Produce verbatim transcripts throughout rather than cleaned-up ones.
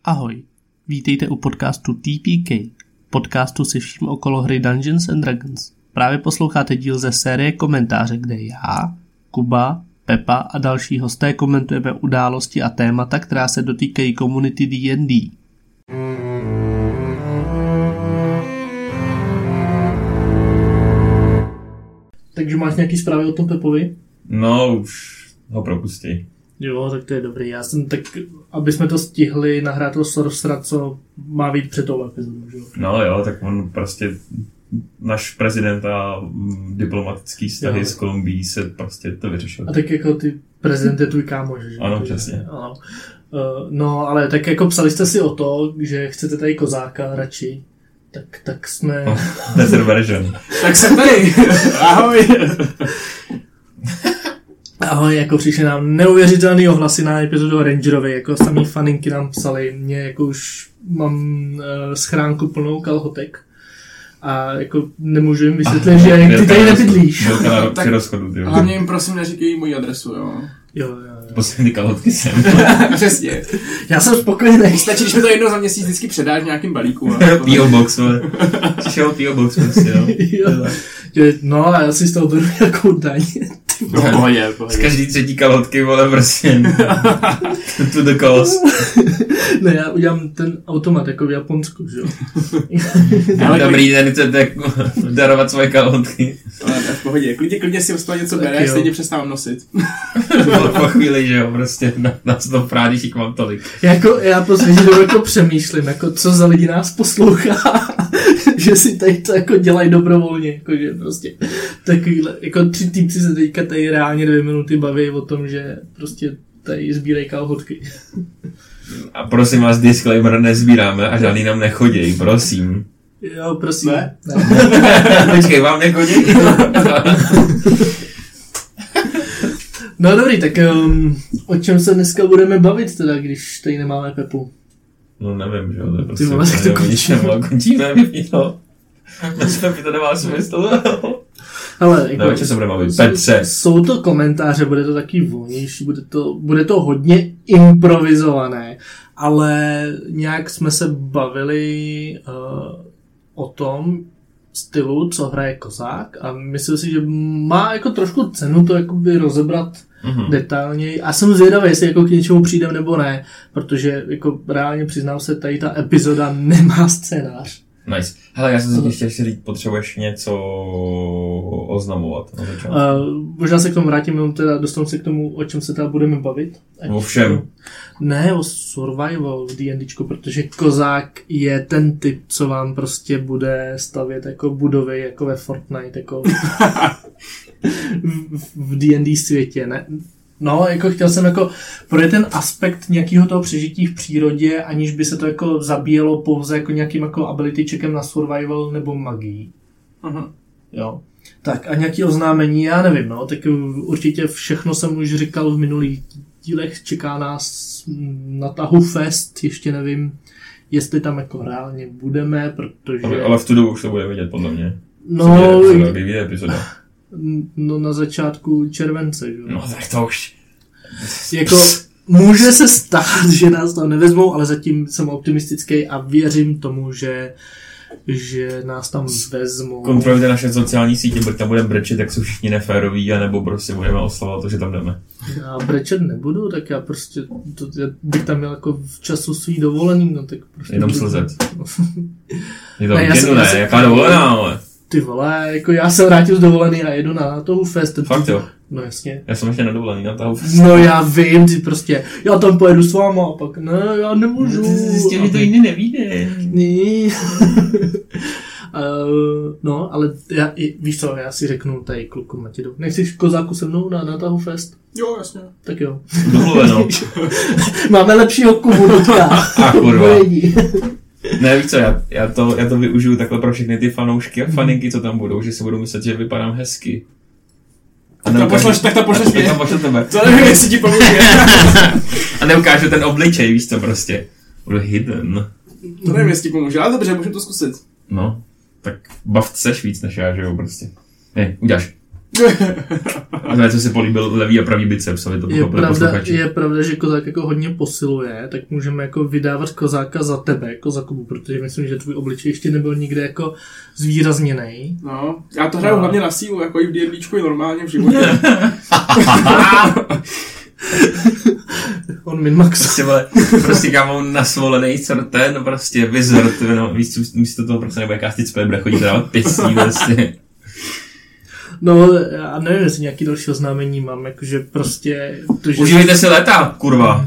Ahoj, vítejte u podcastu T P K, podcastu se vším okolo hry Dungeons and Dragons. Právě posloucháte díl ze série komentáře, kde já, Kuba, Pepa a další hosté komentujeme události a témata, která se dotýkají komunity D and D. Takže máš nějaký zprávy o tom Pepovi? No, už ho propustí. Jo, tak to je dobrý. Já jsem tak, aby jsme to stihli nahrát toho Sorcera, co má být před tou epizodou, že jo? No jo, tak on prostě, náš prezident a diplomatický vztahy s Kolumbií se prostě to vyřešil. A tak jako ty prezident je tvůj kámoš, že? Ano, přesně. Ano. No, ale tak jako psali jste si o to, že chcete tady kozáka radši. Tak, tak jsme... No, desert version. Tak jsem tady. Ahoj. Ahoj, jako přišli nám neuvěřitelný ohlasy na epizodu o Rangerovi, jako samý faninky nám psali, mě jako už mám uh, schránku plnou kalhotek a jako nemůžu jim vysvětlit, ah, že ty tady nebydlíš. Tak hlavně jim prosím neříkej moji adresu, jo. Jo, jo, jo. Poslední ty kalhotky sem. Přesně. Já jsem spokojený. Stačí, když mi to jednou za měsíc vždycky předáš v nějakým balíku. P O Box, ale. Přišel P O Box, prostě, jo. jo. No a já si z toho beru nějakou daň. No, pohodě, pohodě. Z každý třetí kalhotky, vole, prostě. To the cost. Ne, já udělám ten automat jako v Japonsku, že jo. Dobrý den, chcete darovat svoje kalhotky. Ale v pohodě, klidně, klidně si dostal něco bere, stejně přestávám nosit. Po chvíli, že jo, prostě na, nás to právě, když mám tolik. Jako, já poslední dobu jako přemýšlím, jako co za lidi nás poslouchá, že si tady to jako dělají dobrovolně, jakože prostě takovýhle, jako tři týpci se teďka tady reálně dvě minuty baví o tom, že prostě tady sbírají kalhotky. A prosím vás, disclaimer, nezbíráme a žádný nám nechoděj, prosím. Jo, prosím. Ne? ne. Počkej, vám nechoděj? No dobrý, tak um, o čem se dneska budeme bavit teda, když tady nemáme Pepu? No nevím, že jo, to je prostě... Ty vole, tak to končíme. Končíme, vypíno. Myslím, že to nemá smysl. Ale jako, no, se budeme bavit. Petře. Jsou to komentáře, bude to taky volnější, bude to, bude to hodně improvizované, ale nějak jsme se bavili uh, o tom stylu, co hraje Kozák a myslím si, že má jako trošku cenu to jakoby rozebrat mm-hmm. detailněji. A jsem zvědavý, jestli jako k něčemu přijdem nebo ne, protože jako reálně přiznám se, tady ta epizoda nemá scénář. Nice. Hele, já jsem si ještě chtěl říct, potřebuješ něco oznamovat na začátku. Uh, možná se k tomu vrátím, jenom teda dostanu se k tomu, o čem se teda budeme bavit. O všem. Ne, o survival v D&Dčku, protože Kozák je ten typ, co vám prostě bude stavět jako budovy, jako ve Fortnite, jako v, v D and D světě, ne? No, jako chtěl jsem jako projet ten aspekt nějakého toho přežití v přírodě, aniž by se to jako zabíjelo pouze jako nějakým jako ability checkem na survival nebo magii. Aha. Jo. Tak a nějaké oznámení, já nevím, no, tak určitě všechno jsem už říkal v minulých dílech, čeká nás na tahu fest, ještě nevím, jestli tam jako reálně budeme, protože... Ale, ale v tu dobu už to bude vidět, podle mě. No, kdy vyjde epizoda. No na začátku července, že? No tak to už... Jako může se stát, že nás tam nevezmou, ale zatím jsem optimistický a věřím tomu, že že nás tam vezmou. Kontrolujte naše sociální sítě, protože tam budeme brečet, jak jsou všichni neféroví, anebo prostě budeme oslavovat to, že tam jdeme. Já brečet nebudu, tak já prostě to, já bych tam měl jako v času svý dovolený, no tak prostě... Jenom budu... slzet. Je to ne, víkendu, ne, jsem... jaká dovolená, ale... Ty vole, jako já jsem vrátil z dovolený a jedu na toho fest. Fakt jo? No jasně. Já jsem ještě na dovolený na toho fest. No já vím, ty prostě, já tam pojedu s váma a pak, ne, já nemůžu. Ty jsi zjistil, že to jiný nevíde. Ne. uh, no, ale já, víš co, já si řeknu tady kluku Matědu. Nechceš Kozáku se mnou na, na tahu fest? Jo, jasně. Tak jo. Domluveno. Máme lepšího Kubu dotka. A kurva. Ne, víš co, já, já, to, já to využiju takhle pro všechny ty fanoušky a faninky, co tam budou, že si budou myslet, že vypadám hezky. A tak, pošleš, tak to pošleš mě. Tak to pošleš tebe. To nevím, jestli ti pomůže. A neukážu ten obličej, víš co, prostě. Budu hidden. To nevím, jestli ti pomůže, ale dobře, můžu to zkusit. No, tak bav seš víc než já, že jo, prostě. Ne, uděláš. A to je, co si políbil levý a pravý biceps, aby to je pravda, posluchači. je pravda, že kozák jako hodně posiluje, tak můžeme jako vydávat kozáka za tebe, kozákovu, protože myslím, že tvůj obličej ještě nebyl nikde jako zvýrazněnej. No, já to hraju no. hlavně na sílu, jako i v D&Dčku i normálně v životě. On minmax. Prostě, vole, prostě kámo nasvolený ten, prostě wizard, no, místo toho prostě nebude kástit spell, bude chodit dávat pěstí, prostě. No, já nevím, jestli nějaký další oznámení mám, jakože prostě... To, že... Užívejte si léta, kurva.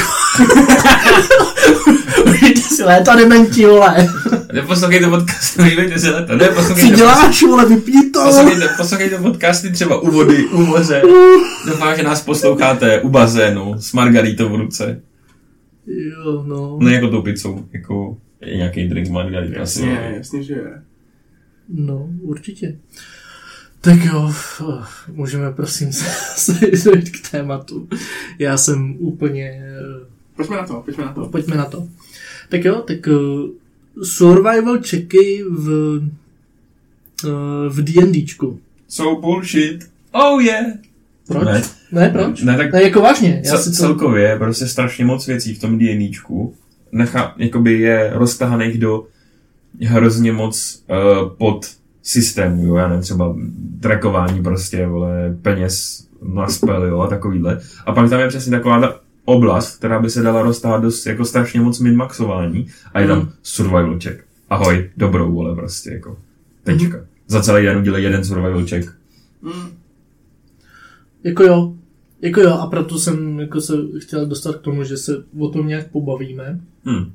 Užívejte si léta, dementi, vole. Neposlouchejte podcasty, užívejte si léta. Ne, poslouchejte... Co děláš, vole, vypni to. Poslouchejte, poslouchejte podcasty třeba u vody, u moře. Doufám, že nás posloucháte u bazénu s margaritou v ruce. Jo, no. Ne jako tou pizzou, jako je nějaký drink margarita. Jasně, jasně, že je. No, určitě. Tak jo, můžeme prosím se jít k tématu. Já jsem úplně... Pojďme na to, pojďme na to. Pojďme na to. Tak jo, tak uh, survival checky v, uh, v D&Dčku. So bullshit. Oh yeah. Proč? Ne, ne proč? Ne, tak ne, jako vážně. Já si to... Celkově prostě strašně moc věcí v tom D&Dčku nechá, jakoby je roztahaných do hrozně moc uh, pod systému, jo, já nevím, třeba trackování prostě, vole, peněz na spell, jo, a takovýhle. A pak tam je přesně taková ta oblast, která by se dala roztáhat dost jako strašně moc minmaxování a je tam mm. survival check. Ahoj, dobrou, vole, prostě, jako, tečka. Mm. Za celý den udělej jeden survival check. Mm. Jako jo, jako jo, a proto jsem jako se chtěl dostat k tomu, že se o tom nějak pobavíme. Mm. Uh,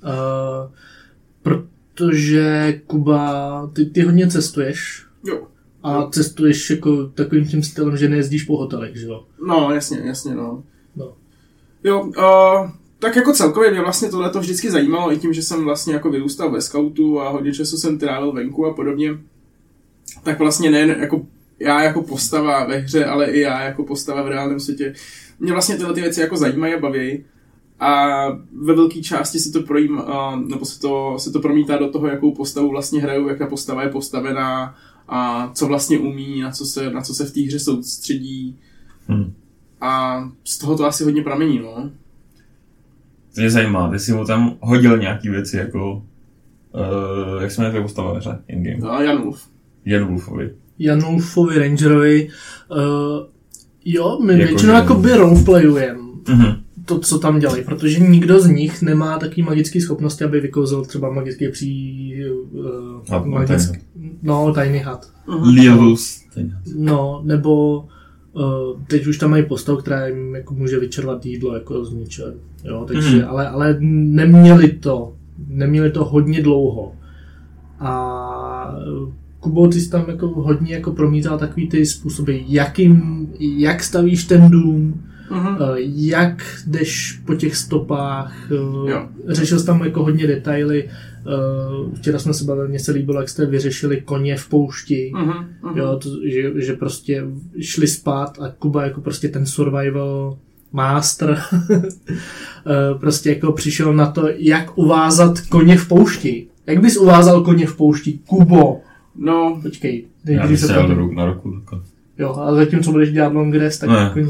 protože Kuba, ty, ty hodně cestuješ. Jo. A cestuješ jako takovým tím stylem, že nejezdíš po hotelech, že jo? No, jasně, jasně, no. no. Jo, uh, tak jako celkově mě vlastně tohleto vždycky zajímalo i tím, že jsem vlastně jako vyrůstal ve skautu a hodně času jsem trávil venku a podobně. Tak vlastně nejen jako já jako postava ve hře, ale i já jako postava v reálném světě. Mě vlastně tyhle ty věci jako zajímají a baví. A ve velké části se to projím, uh, nebo se to, se to promítá do toho, jakou postavu vlastně hraju, jaká postava je postavená a co vlastně umí, na co se, na co se v té hře soustředí. Hmm. A z toho to asi hodně pramení, no. To mě zajímá, ty jsi mu tam hodil nějaký věci, jako uh, jak se jmenuje postava ve hře, in-game? A Janulf. Janulfovi. Janulfovi, Rangerovi. Uh, jo, my jako většinou jako by roleplayujeme. Uh-huh. To, co tam dělají, protože nikdo z nich nemá takový magické schopnosti, aby vykouzl třeba magický pří... Uh, magický, no, tajný had. Lievus. No, nebo uh, teď už tam mají postavu, která jim jako může vyčervat jídlo jako z ničeho. Jo, takže, mm. ale, ale neměli to. Neměli to hodně dlouho. A Kubo, ty jsi tam jako hodně jako promítal takový ty způsoby, jakým, jak stavíš ten dům, uh-huh. jak jdeš po těch stopách, jo. Řešil jsi tam jako hodně detaily. Včera jsme se bavili, mně se líbilo, jak jste vyřešili koně v poušti, uh-huh. Uh-huh. Jo, to, že, že prostě šli spát a Kuba jako prostě ten survival master prostě jako přišel na to, jak uvázat koně v poušti. Jak bys uvázal koně v poušti, Kubo? No, počkej. Já bych se jel do ruk na roku. Tako. Jo, a zatím, co budeš dělat long rest, tak jako...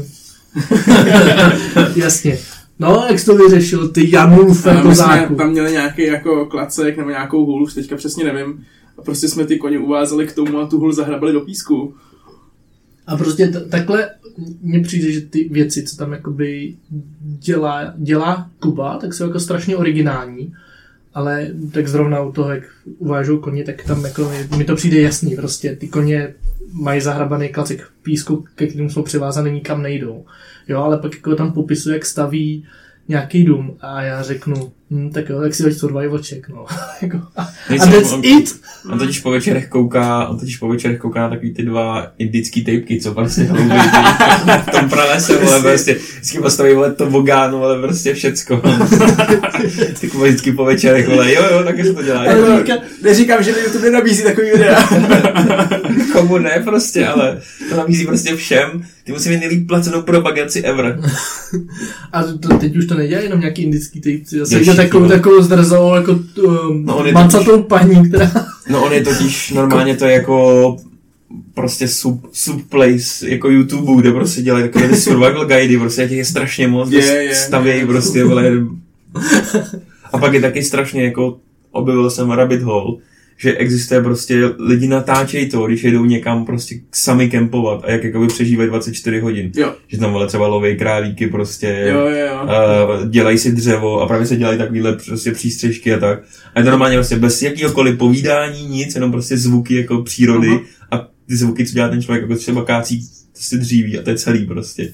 Jasně. No, jak jsi to vyřešil, ty Janulfe kozáku? My jsme tam měli nějaký jako klacek nebo nějakou hůl, už teďka přesně nevím. A prostě jsme ty koně uvázali k tomu a tu hůl zahrabali do písku. A prostě t- takhle mně přijde, že ty věci, co tam jakoby dělá, dělá Kuba, tak jsou jako strašně originální. Ale tak zrovna u toho, jak uvážou koně, tak tam jako mi to přijde jasný. Prostě ty koně mají zahrabaný klacek v písku, ke kterým jsou přivázaný, nikam nejdou. Jo, ale pak jako tam popisuje, jak staví nějaký dům a já řeknu, hm, tak jo, tak si hoď survival check, no. a, a that's on, it! On totiž po večerech kouká, on totiž po večerech kouká na takový ty dva indický tejpky, co prostě hloubí v tom pralese, vole, prostě vždycky postaví, vole, to vogánu, vole, prostě všecko. Ty vždycky po večerech, vole, jo, jo, taky se to dělá. Ale říká, neříkám, že YouTube nenabízí takový videa. Komu ne, prostě, ale to nabízí prostě všem. Ty musí mít nejlíp placenou propagaci ever. A to, teď už to nedělá jenom nějaký indický tejpci. Zase jde takovou, takovou zdrzavou jako um, no macatou totiž, paní, která... No on je totiž normálně to je jako prostě sub, subplays jako YouTube, kde prostě dělají takové ty survival guidy, prostě těch je strašně moc, je, je, stavějí je, prostě, vole. A pak je taky strašně jako, objevil jsem rabbit hole, že existuje prostě, lidi natáčejí to, když jedou někam prostě sami kempovat a jak jakoby přežívají dvacet čtyři hodin. Jo. Že tam vole třeba loví králíky prostě, jo, jo, jo. Uh, dělají si dřevo a právě se dělají takovýhle prostě přístřežky a tak. A je to normálně prostě bez jakýhokoliv povídání, nic, jenom prostě zvuky jako přírody uh-huh. a ty zvuky, co dělá ten člověk, jako třeba kácí prostě dříví a to je celý prostě.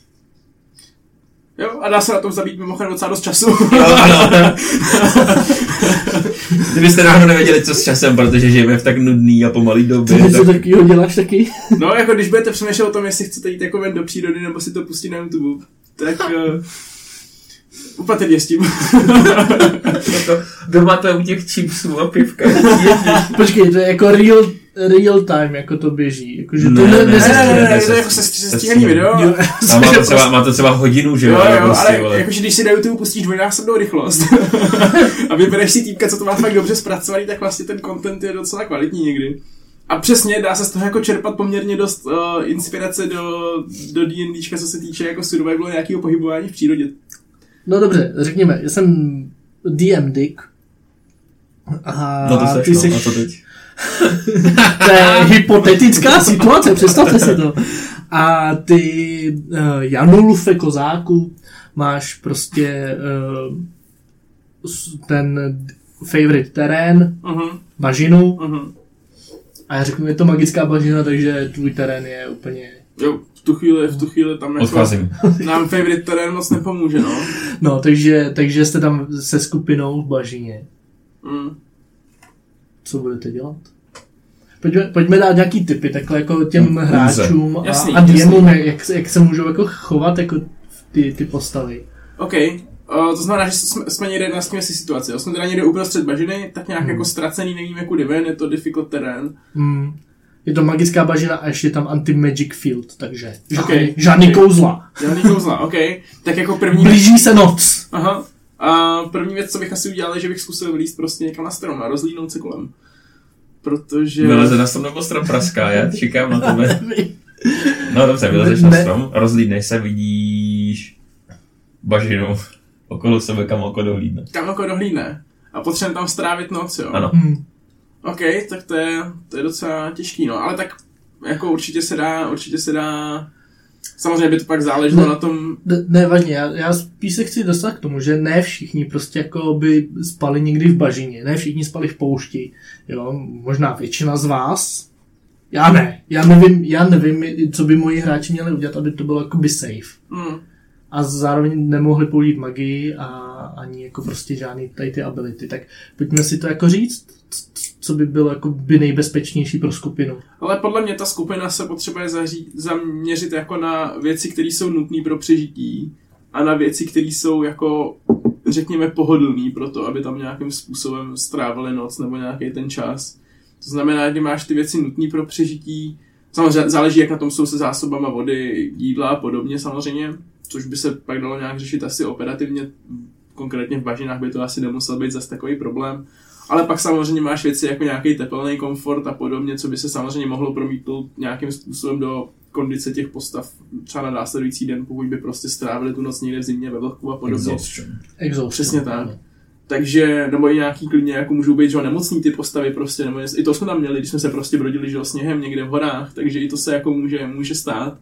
Jo, a dá se na tom zabít mimochodem docela dost času. Jo, ano. Kdybyste náhodou nevěděli, co s časem, protože žijeme v tak nudný a pomalý době. Co tak... takovýho děláš taky? No, jako když budete přemýšlet o tom, jestli chcete jít jako ven do přírody, nebo si to pustit na YouTube, tak uh, upatrně s tím. Jako, doma to je u těch chipsů a pivka. Počkej, to je jako real, real time, jako to běží. Jako, že ne, to ne, ne, ne, Ne, ne, ne, ne, ne, je to se- jako se se stíhaný video. Jo, A má to, třeba, má to třeba hodinu, že Jo, jo, prostě, ale vole. jakože když si na YouTube pustíš dvojnásobnou rychlost a vybereš si týpka, co to má fakt dobře zpracovaný, tak vlastně ten content je docela kvalitní někdy. A přesně, dá se z toho jako čerpat poměrně dost uh, inspirace do, do D&Dčka, co se týče jako survivalu nějakého pohybování v přírodě. No dobře, řekněme, já jsem D M Dick. A No to seš, ty no, seš... a co teď? To je hypotetická situace, představte si to. A ty uh, Janulfe kozáku máš prostě uh, ten favorite terén, Uh-huh, bažinu. uh-huh. A já řeknu, je to magická bažina, takže tvůj terén je úplně... Jo, v tu chvíli, v tu chvíli tam jako Odcházím. nám favorite terén moc nepomůže, no. No, takže, takže jste tam se skupinou v bažině. Mm. Co budete dělat? Pojďme, pojďme dát nějaký tipy takhle jako těm Kůze. hráčům a, Jasný, a D Mům, jasný. jak, jak se můžou jako chovat jako ty, ty postavy. OK, uh, to znamená, že jsme, jsme někde na si situaci. Jo? Jsme teda někde uprostřed bažiny, tak nějak Hmm. jako ztracený, nevíme kudy ven, je to difficult terén. Hmm. Je to magická bažina a ještě tam anti-magic field, takže žádný, Okay. žádný Okay. kouzla. Žádný kouzla, OK. Tak jako první Blíží se noc. Aha. A první věc, co bych asi udělal, je, že bych zkusil vylízt prostě někam na strom a rozlínout se kolem. Protože... Vyleze na strom nebo strom praská, já čekám na tebe. No dobře, vylezeš na Ne. strom, rozlídneš se, vidíš bažinu okolo sebe, kam oko dohlídne. Kam jako dohlídne. A potřebujeme tam strávit noc, jo. Ano. Hmm. OK, tak to je, to je docela těžký, no. Ale tak jako určitě se dá, určitě se dá... Samozřejmě by to pak záleželo Ne. na tom... Ne, ne, vadně, já, já spíš se chci dostat k tomu, že ne všichni prostě jako by spali někdy v bažině, ne všichni spali v poušti, jo, možná většina z vás, já ne, já nevím, já nevím, co by moji hráči měli udělat, aby to bylo jakoby safe. Hmm. A zároveň nemohli použít magii a ani jako prostě žádný tady ty ability, tak pojďme si to jako říct, co by bylo jako by nejbezpečnější pro skupinu. Ale podle mě ta skupina se potřebuje zaří, zaměřit jako na věci, které jsou nutné pro přežití a na věci, které jsou jako, řekněme, pohodlný pro to, aby tam nějakým způsobem strávili noc nebo nějaký ten čas. To znamená, že máš ty věci nutné pro přežití, samozřejmě záleží, jak na tom jsou se zásobama vody, jídla a podobně samozřejmě, což by se pak dalo nějak řešit asi operativně, konkrétně v bažinách by to asi nemusel být zase takový problém. Ale pak samozřejmě máš věci jako nějaký tepelný komfort a podobně, co by se samozřejmě mohlo promítnout nějakým způsobem do kondice těch postav třeba na následující den, pokud by prostě strávili tu noc někde v zimě ve vlhku a podobně. Exhaustion. Exhaustion. Přesně tak. Takže, nebo i nějaký klidně, jako můžou být, že nemocní ty postavy prostě, nebo i to jsme tam měli, když jsme se prostě brodili, že sněhem někde v horách, takže i to se jako může, může stát.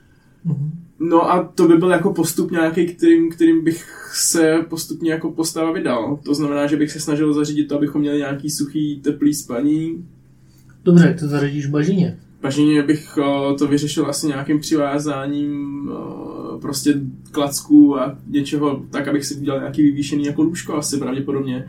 Mhm. No a to by byl jako postup nějaký, kterým, kterým bych se postupně jako postava vydal. To znamená, že bych se snažil zařídit to, abychom měli nějaký suchý, teplý spaní. Dobře, jak to zařadíš v bažině? V bažině bych o, to vyřešil asi nějakým přivázáním o, prostě klacků a něčeho, tak abych si udělal nějaký vyvýšený jako lůžko asi pravděpodobně.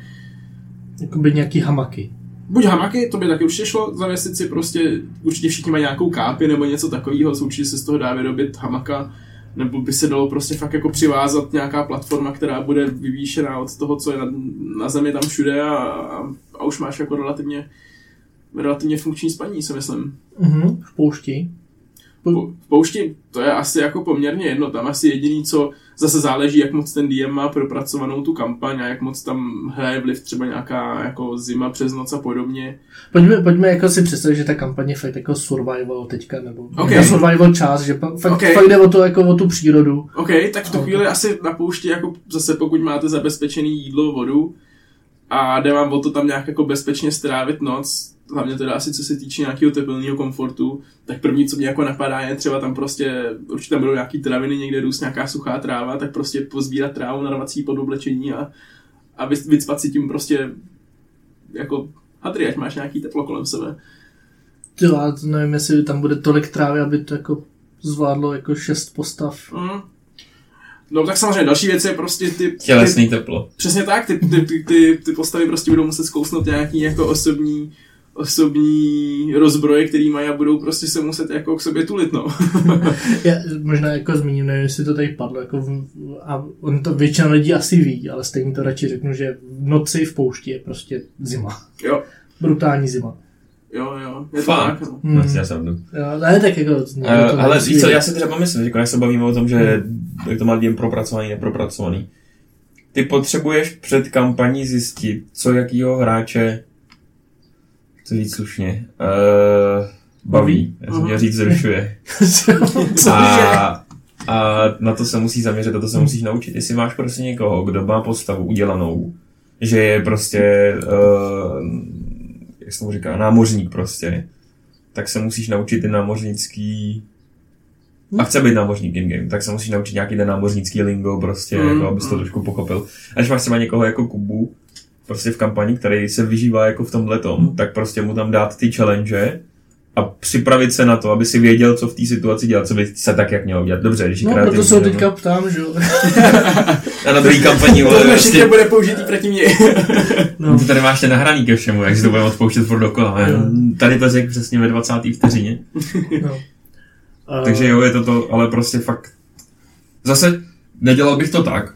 Jakoby nějaký hamaky. Buď hamaky, to by taky určitě šlo zavěsit si prostě, určitě všichni mají nějakou kápi nebo něco takového, co určitě se z toho dá vyrobit hamaka, nebo by se dalo prostě fakt jako přivázat nějaká platforma, která bude vyvýšená od toho, co je na, na zemi tam všude a, a, a už máš jako relativně, relativně funkční spaní, si myslím. Mhm, v poušti. V poušti to je asi jako poměrně jedno, tam asi jediný, co zase záleží, jak moc ten D M má propracovanou tu kampaň a jak moc tam hraje vliv třeba nějaká jako zima přes noc a podobně. Pojďme, pojďme jako si představit, že ta kampaň je fakt jako survival teďka, nebo okay. survival část, že fakt, okay. fakt jde o, to, jako o tu přírodu. OK, tak v tu chvíli asi na poušti, jako zase pokud máte zabezpečený jídlo, vodu a jde vám o to tam nějak jako bezpečně strávit noc, hlavně teda asi co se týče nějakého tepelného komfortu, tak první, co mě jako napadá, je třeba tam prostě, určitě tam budou nějaký traviny, někde růst nějaká suchá tráva, tak prostě pozbírat trávu, narvat si pod oblečení a, a vycpat si tím prostě jako hadry, ať máš nějaký teplo kolem sebe. Jo, já nevím, jestli tam bude tolik trávy, aby to jako zvládlo jako šest postav. Mm. No tak samozřejmě další věc je prostě ty... Tělesný teplo. Přesně tak, ty, ty, ty, ty, ty postavy prostě budou muset zkousnout nějaký jako osobní osobní rozbroje, který mají a budou prostě se muset jako k sobě tulit, no. Já možná jako zmíním, nevím, jestli to tady padlo, jako v, a on to většina lidí asi ví, ale stejně to radši řeknu, že v noci v poušti je prostě zima. Jo. Brutální zima. Jo, jo. Je to Fakt? tak, no. Hmm. Já jsem jo, ne, tak jako... Uh, ale víš co, já si třeba myslím, že když se bavíme o tom, že jak to má lidem propracovaný, nepropracovaný, ty potřebuješ před kampaní zjistit, co jakýho hráče co říct slušně, uh, baví. Já jsem měl říct zrušuje. a, a na to se musí zaměřit, a to se musíš naučit. Jestli máš prostě někoho, kdo má postavu udělanou, že je prostě, uh, jak se tomu říká, námořník prostě, tak se musíš naučit ty námořnický... A chce být námořník in-game, tak se musíš naučit nějaký ten námořnický lingo prostě, mm, jako, abys to mm. trošku pochopil. A když máš třeba někoho jako Kubu, prostě v kampani, který se vyžívá jako v tomhletom, mm. tak prostě mu tam dát ty challenge a připravit se na to, aby si věděl, co v té situaci dělat, co by se tak, jak mělo dělat. Dobře, když je no, kreativní. No, proto se ho teďka ptám, že jo. A na druhý kampani, vole, to vlastně bude použitý proti mě. No. Ty tady máš ten nahraný ke všemu, jak si to budeme odpouštět furt dokola. No. Tady to řekl přesně ve dvacáté vteřině. No. Uh... Takže jo, je to to, ale prostě fakt... Zase nedělal bych to tak,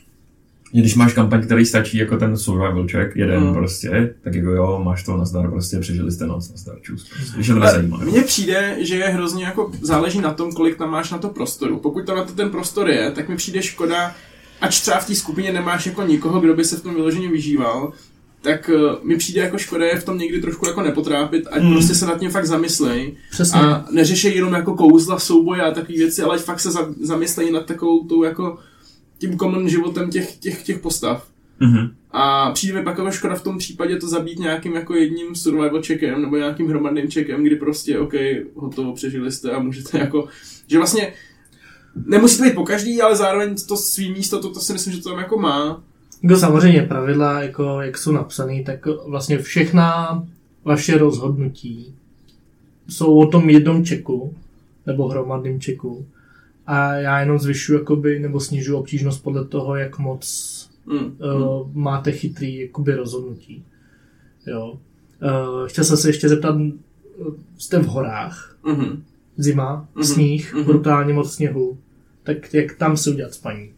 když máš kampaň, který stačí jako ten survival check, jeden mm. prostě, tak jako jo, máš to, nazdar, prostě přežili jste noc, nazdar, čus. Když je to nezajímá. Mně přijde, že je hrozně jako, záleží na tom, kolik tam máš na to prostoru. Pokud tam na to ten prostor je, tak mi přijde škoda, ač třeba v té skupině nemáš jako nikoho, kdo by se v tom vyloženě vyžíval, tak uh, mi přijde jako škoda je v tom někdy trošku jako nepotrápit, ať mm. prostě se nad tím fakt zamyslej. Přesně. A neřešej jenom jako kouzla, souboje a takové věci, ale ať fakt se za, zamyslej nad takovou tou jako tím common životem těch, těch, těch postav. Mm-hmm. A přijde mi pak jako škoda v tom případě to zabít nějakým jako jedním survival checkem nebo nějakým hromadným checkem, kdy prostě OK, hotovo, přežili jste a můžete jako, že vlastně nemusí to být pokaždý, ale zároveň to svý místo, to, to si myslím, že to tam jako má. Jako samozřejmě pravidla, jako jak jsou napsaný, tak vlastně všechna vaše rozhodnutí jsou o tom jednom checku, nebo hromadným checku. A já jenom zvyšuji jakoby, nebo snižuji obtížnost podle toho, jak moc mm, uh, mm. máte chytrý jakoby, rozhodnutí. Jo. Uh, chtěl jsem se ještě zeptat, jste v horách, mm-hmm. zima, mm-hmm. sníh, mm-hmm. brutálně moc sněhu, tak jak tam se udělat spaní?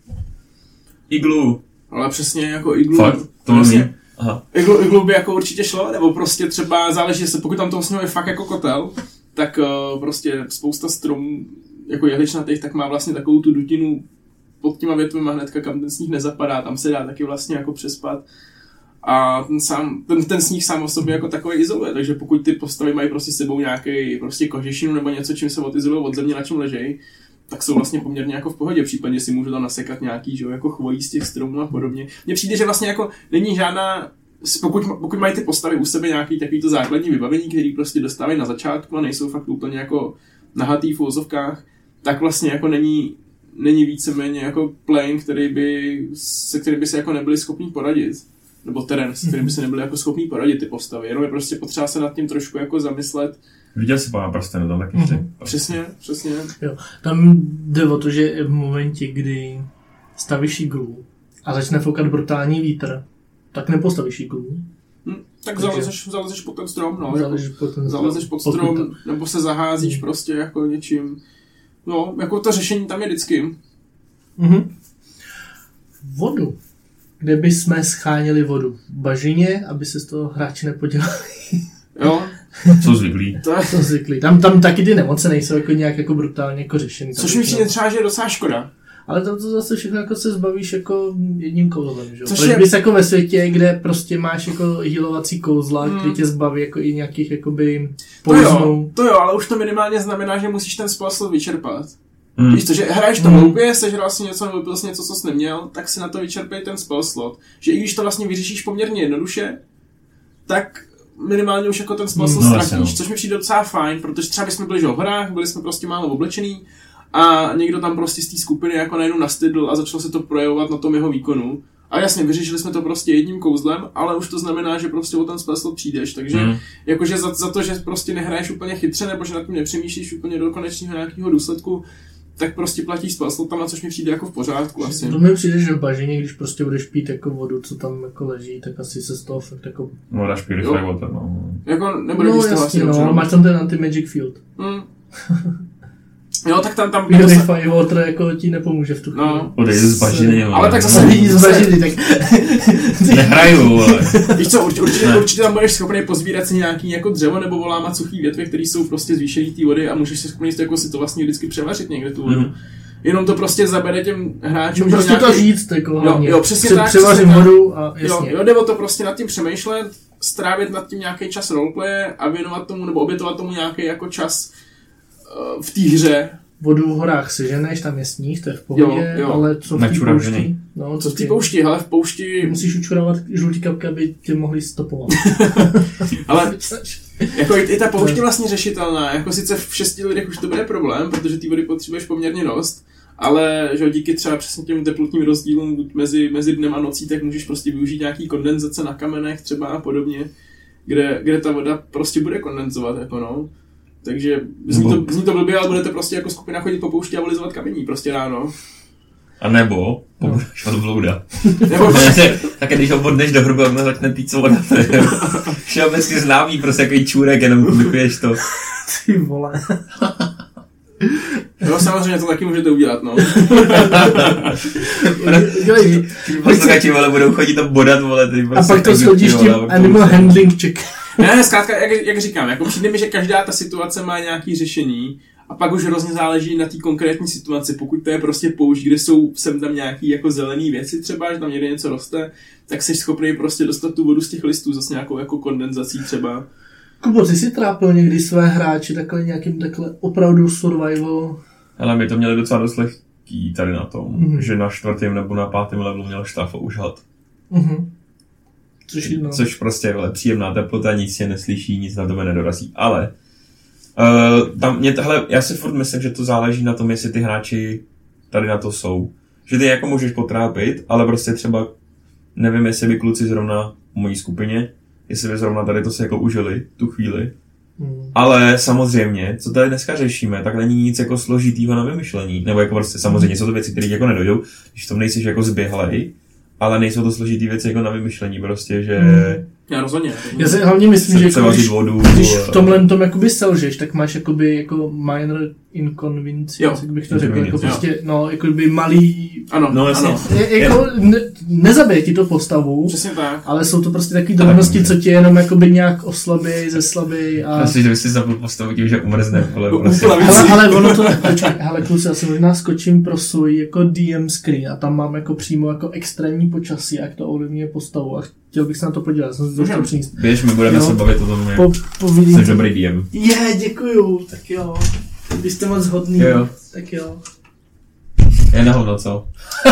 Iglu. Ale přesně jako iglu. Fakt? To vlastně, aha. Iglu, iglu by jako určitě šlo, nebo prostě třeba záleží, jestli pokud tam toho sněhu je fakt jako kotel, tak uh, prostě spousta stromů jako jehličnatých, tak má vlastně takovou tu dutinu pod těma větvema hnedka, kam ten sníh nezapadá, tam se dá taky vlastně jako přespat. A ten, sám, ten, ten sníh sám o sobě jako takový izoluje, takže pokud ty postavy mají prostě s sebou nějaký prostě kožešinu nebo něco, čím se odizolují od země, na čem ležejí, tak jsou vlastně poměrně jako v pohodě, případně si můžu tam nasekat nějaký, že jo, jako chvojí z těch stromů a podobně. Mně přijde, že vlastně jako není žádná, pokud, pokud mají ty postavy u sebe nějaký takovýto základní vybavení, který prostě dostávají na začátku a nejsou fakt úplně jako nahatý v uvozovkách, tak vlastně jako není, není víceméně jako plane, který by, se kterým by se jako nebyli schopní poradit. Nebo terén, s kterým by se nebyli jako schopní poradit ty postavy. Jenom je prostě potřeba se nad tím trošku jako zamyslet. Viděl jsi pana prstenu tam taky vždy. Mm-hmm. Přesně, přesně. Jo. Tam jde o to, že v momentě, kdy stavíš iglu a začne foukat brutální vítr, tak nepostavíš iglu. Hm, tak Takže... zalezeš, zalezeš pod ten strom, no. Zalezeš jako, pod ten zalezeš pod strom, pod nebo se zaházíš mm. prostě jako něčím. No, jako to řešení tam je vždycky. Mm-hmm. Vodu. Kde by jsme schánili vodu? V bažině, aby se z toho hráči nepodělali. Jo, Jsou zvyklí. To je... Jsou zvyklí. Tam, tam taky ty nemoce nejsou jako nějak jako brutálně jako řešený. Což mi přijde třeba, že je docela škoda. Ale to, to zase všechno jako se zbavíš jako jedním kouzlem, že jo? Což Proč je... bys jako ve světě, kde prostě máš jako healovací kouzla, hmm. který tě zbaví jako i nějakých jakoby poznů. To jo, to jo, ale už to minimálně znamená, že musíš ten spell slot vyčerpat. Hmm. Víš to, že hraješ to hloupě, hmm. sežral si něco nebo vypil si něco, co jsi neměl, tak si na to vyčerpej ten spell slot. Že i když to vlastně vyřešíš poměrně jednoduše, tak minimálně už jako ten spell slot no, ztratíš, což mi přijde docela fajn, protože třeba bychom byli v horách, byli jsme prostě málo oblečený a někdo tam prostě z té skupiny jako najednou nastydl a začalo se to projevovat na tom jeho výkonu. A jasně, vyřešili jsme to prostě jedním kouzlem, ale už to znamená, že prostě o ten spell slot přijdeš, takže hmm. jakože za, za to, že prostě nehraješ úplně chytře nebo že nad tím nepřemýšlíš úplně do konečného nějakého důsledku, tak prostě platíš spell slot tam, na což mi přijde jako v pořádku asi. To mi přijde, že v bažině, když prostě budeš pít jako vodu, co tam jako leží, tak asi se z toho fakt jako... No, dáš purify water, no. Jako, nebude no jasně, no, ale máš tam ten anti-magic field. Hmm. Jo, tak tam tam... Purify water jako ti nepomůže v tu chvíli. No. Odejde z bažiny, jo. Ale tak zase vidí z bažiny, tak... Nehraju, ale... Víš co, určitě, určitě, určitě tam budeš schopný pozbírat si nějaký jako dřevo nebo volámat suchý větve, které jsou prostě zvýšený té vody a můžeš si schopný jako si to vlastně vždycky převařit někde tu vodu. Mm. Jenom to prostě zabere těm hráčům. No, prostě nějaký... to říct, jako hlavně. Jo, jo, přesně Pře- tak. Převařím vodu a jasně. Jo, jo, jde o to prostě nad tím přemýšlet, strávit nad tím nějaký čas roleplay a věnovat tomu nebo obětovat tomu nějaký jako čas uh, v té hře. Vodu v horách seženeš, tam je sníh, to je v pohodě, jo, jo. Ale co v té poušti? No, co v té poušti, hele, v poušti... Musíš učurovat žlutý kapky, aby tě mohli stopovat. Ale jako i, i ta poušť je vlastně řešitelná, jako sice v šesti lidech už to bude problém, protože ty vody potřebuješ poměrně dost, ale že díky třeba přesně těm teplotním rozdílům mezi, mezi dnem a nocí, tak můžeš prostě využít nějaký kondenzace na kamenech třeba a podobně, kde, kde ta voda prostě bude kondenzovat, jako no. Takže zní to, zní to blbě, ale budete prostě jako skupina chodit po poušti a volizovat kamení prostě ráno. A nebo pobudeš od blouda. Nebo tak když ho bodneš do hrubu, tak začne týct voda. To je všeobecně známý, prostě jaký čůrek, jenom publikuješ to. Ty vole. No samozřejmě to taky můžete udělat, no. Posluchači, vole, budou chodit tam bodat, vole, ty prostě... A pak to shodíš tím animal handling check. Ne, zkrátka, jak, jak říkám, jako přijde mi, že každá ta situace má nějaký řešení a pak už hrozně záleží na té konkrétní situaci. Pokud to je prostě poušť, kde jsou sem tam nějaký jako zelený věci třeba, že tam někde něco roste, tak jsi schopný prostě dostat tu vodu z těch listů zase nějakou jako kondenzací třeba. Kubo, ty jsi trápil někdy své hráče takhle nějakým takhle opravdu survival? Ale my to měli docela dost lehký tady na tom, mm-hmm. že na čtvrtém nebo na pátém levelu měl štáf a užhat. Mm-hmm. Což, no. Což prostě je příjemná teplota, nic se neslyší, nic na tebe nedorazí, ale uh, tam mě tahle, já si furt myslím, že to záleží na tom, jestli ty hráči tady na to jsou. Že ty jako můžeš potrápit, ale prostě třeba nevím, jestli by kluci zrovna v mojí skupině, jestli by zrovna tady to se jako užili tu chvíli. Hmm. Ale samozřejmě, co tady dneska řešíme, tak není nic jako složitýho na vymyšlení. Nebo jako prostě samozřejmě jsou to věci, které jako nedojdou, když v tom nejsi jako zběhlej, ale nejsou to složitý věci jako na vymyšlení, prostě, že... Hmm. Já rozhodně. Já si hlavně myslím, že jako, když, vodu, když v tomhle tom jakoby selžeš, tak máš jakoby jako minor inconvenience, jak bych to řekl, jako prostě, no, jakoby malý... Ano, no, ano. Je, jako ne, nezabije ti to postavu, přesně tak. Ale jsou to prostě taky drobnosti, co tě jenom jakoby nějak oslabí, zeslabí a... Myslím, že bys si zabil postavu tím, že umrzne. Ale, prostě. ale, ale ono to... Počkej, hele kluci, já si možná skočím pro svůj jako D M screen a tam mám jako přímo jako extrémní počasí, jak to ovlivňuje postavu a chtěl bych se na to podívat, jsem si to chtěl přinést. Běž, my budeme jo. se bavit o tom, jak po, jsi dobrý D M. Je, yeah, děkuju, tak jo. Vy jste moc hodný, jo. Tak jo. Je na hovno, co?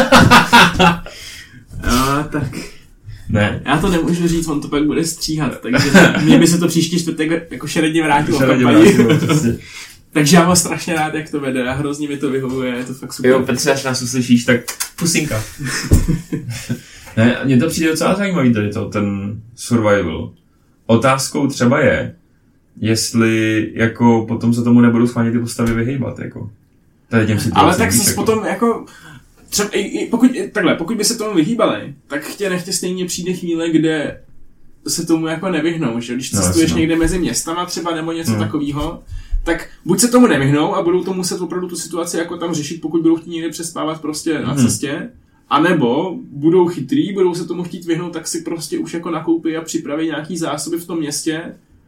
Jo, tak... Ne. Já to nemůžu říct, on to pak bude stříhat, takže mě by se to příští čtvrtek jako šeredně vrátilo. Takže já mám strašně rád, jak to vede a hrozně mi to vyhovuje, je to fakt super. Jo, Petře, až nás uslyšíš, tak pusinka. Ne, mně to přijde docela zajímavý tady to, ten survival. Otázkou třeba je, jestli jako potom se tomu nebudou schválně ty postavy vyhýbat, jako. Tady těm situacím. Ale tak se jako. Potom jako, třeba, i, i, pokud, takhle, pokud by se tomu vyhýbali, tak chtě nechtě stejně přijde chvíle, kde se tomu jako nevyhnou, že když cestuješ no, někde mezi městama třeba nebo něco hmm. takového, tak buď se tomu nevyhnou a budou to muset opravdu tu situaci jako tam řešit, pokud budou chtít někde přespávat prostě na cestě, anebo budou chytrý, budou se tomu chtít vyhnout, tak si prostě už jako nakoupí a připraví nějaký zásoby v tom městě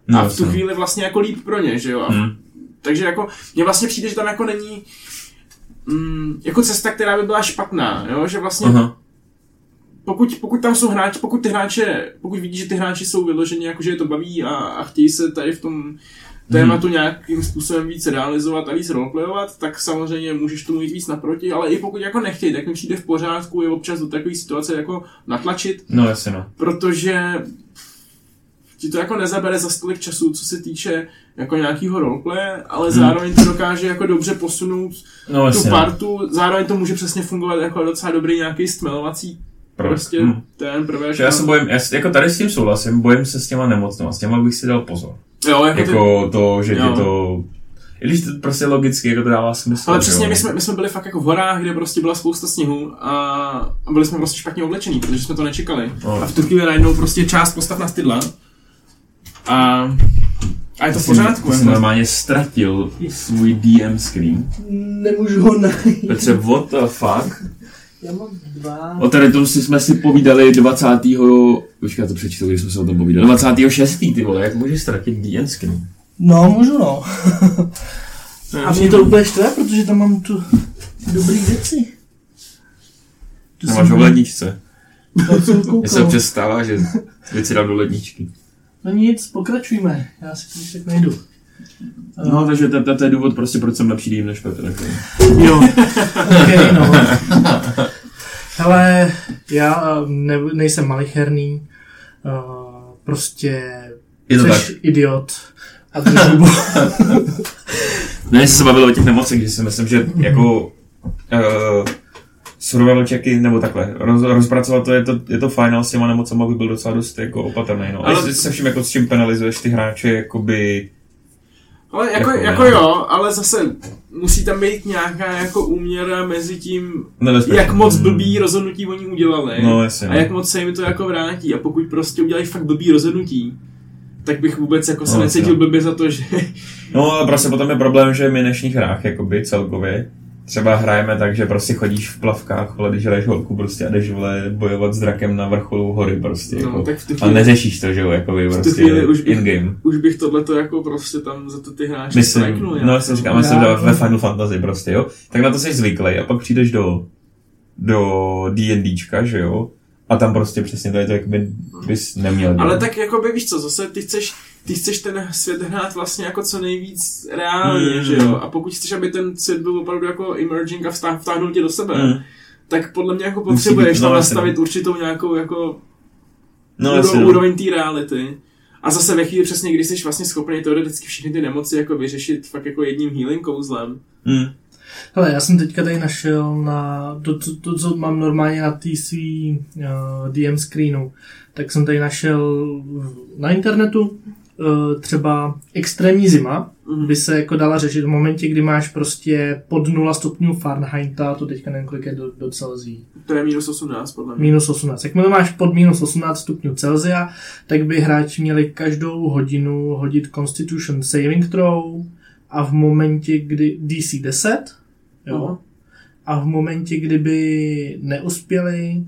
No, a v tu no. chvíli vlastně jako líp pro ně, že jo. A hmm. Takže jako, mně vlastně přijde, že tam jako není mm, jako cesta, která by byla špatná, jo, že vlastně uh-huh. pokud, pokud tam jsou hráči, pokud ty hráče, pokud vidí, že ty hráči jsou vyloženi, jako že je to baví a, a chtějí se tady v tom tématu hmm. nějakým způsobem víc realizovat a víc roleplayovat, tak samozřejmě můžeš tomu jít víc naproti, ale i pokud jako nechtějí, tak mi přijde v pořádku je občas do takové situace jako natlačit. No jasně no. Protože ti to jako nezabere za tolik času, co se týče jako nějakýho roleplaye, ale hmm. zároveň to dokáže jako dobře posunout no, tu partu, no. zároveň to může přesně fungovat jako docela dobrý nějaký stmelovací prostě hmm. ten prvé. Já se bojím, já jako tady s tím souhlasím, bojím se s těma nemocnýma, s těma bych si dal pozor. Jo, jako, jako ty... to, že jo. ti to... I když to prostě logicky jako to dává smysl. Ale přesně, my jsme, my jsme byli fakt jako v horách, kde prostě byla spousta sněhu a, a byli jsme prostě špatně oblečení, protože jsme to nečekali. No. A v tu chvíli najednou prostě část postav nastydla. A, a je to v pořádku. Ty jsi normálně ztratil svůj D M screen. Nemůžu ho najít. Petře, what the fuck? Já mám dva. O tady tom si jsme si povídali dvacátého Počkej, já to přečtu, když jsme se o tom povídali. dvacátého šestého ty vole, jak můžeš ztratit D M screen? No, můžu no. A mě to úplně štve, protože tam mám tu dobrý věci. To nemáš v ledničce. Mně se občas stává, že věci dám do ledničky. No nic, pokračujme. Já si to tak najdu. No, takže to, to, to je důvod prostě, proč jsem lepší dým než Petr. Jo, okay, no. Hele, já ne, nejsem malicherný, uh, prostě jsi idiot a držu. Ne, jsem se bavil o těch nemocech, že si myslím, že jako uh, survival checky, nebo takhle, roz, rozpracovat to je, to, je to fajn, ale s těma nemocema by byl docela dost jako opatrný, no. Ale jestli se vším, jako s čím penalizuješ ty hráče, jakoby... Ale jako, jako, jako jo, ale zase musí tam být nějaká jako úměra mezi tím, jak moc blbý rozhodnutí oni udělali no, jasně, a jak moc se jim to jako vrátí. A pokud prostě udělají fakt blbý rozhodnutí, tak bych vůbec jako se no, necítil blbě za to, že... No ale prostě potom je problém, že my v dnešních hrách jakoby celkově třeba hrajeme tak, že prostě chodíš v plavkách, ale když hraješ holku prostě a jdeš vole bojovat s drakem na vrcholu hory prostě, no, jako, tak chvíli, a neřešíš to, že jo, jakoby prostě in-game. Už bych tohleto jako prostě tam za to ty hráči strajknul. No, já si říkám, já jsem ve Final Fantasy prostě, jo, tak na to jsi zvyklý a pak přijdeš do do D&Dčka, že jo, a tam prostě přesně tady to jakoby bys neměl dělat. Ale tak jakoby víš co, zase ty chceš ty chceš ten svět hrát vlastně jako co nejvíc reálně, mm. že jo? A pokud chceš, aby ten svět byl opravdu jako emerging a vtáh, vtáhnul tě do sebe, mm. tak podle mě jako potřebuješ tam nastavit určitou nějakou jako no, úroveň, úroveň té reality. A zase ve chvíli přesně, když jsi vlastně schopný teoreticky všechny ty nemoci jako vyřešit fakt jako jedním healing kouzlem. Mm. Hele, já jsem teďka tady našel na to, to, to co mám normálně na té svý uh, D M screenu, tak jsem tady našel na internetu třeba extrémní zima mm. by se jako dala řešit v momentě, kdy máš prostě pod nula stupňů Fahrenheita, to teďka nevím, kolik je do, do Celzí. To je minus osmnáct, podle mě. Minus osmnáct. Jakmile máš pod minus osmnáct stupňů Celzia, tak by hráči měli každou hodinu hodit Constitution Saving Throw a v momentě, kdy D C deset, jo, uh-huh. a v momentě, kdyby neuspěli,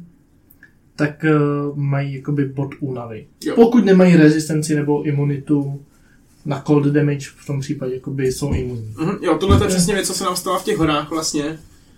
tak uh, mají jakoby bod únavy. Jo. Pokud nemají rezistenci nebo imunitu na cold damage, v tom případě jakoby jsou imunní. Mm-hmm, jo, tohle je přesně věc, co se nám stalo v těch horách vlastně.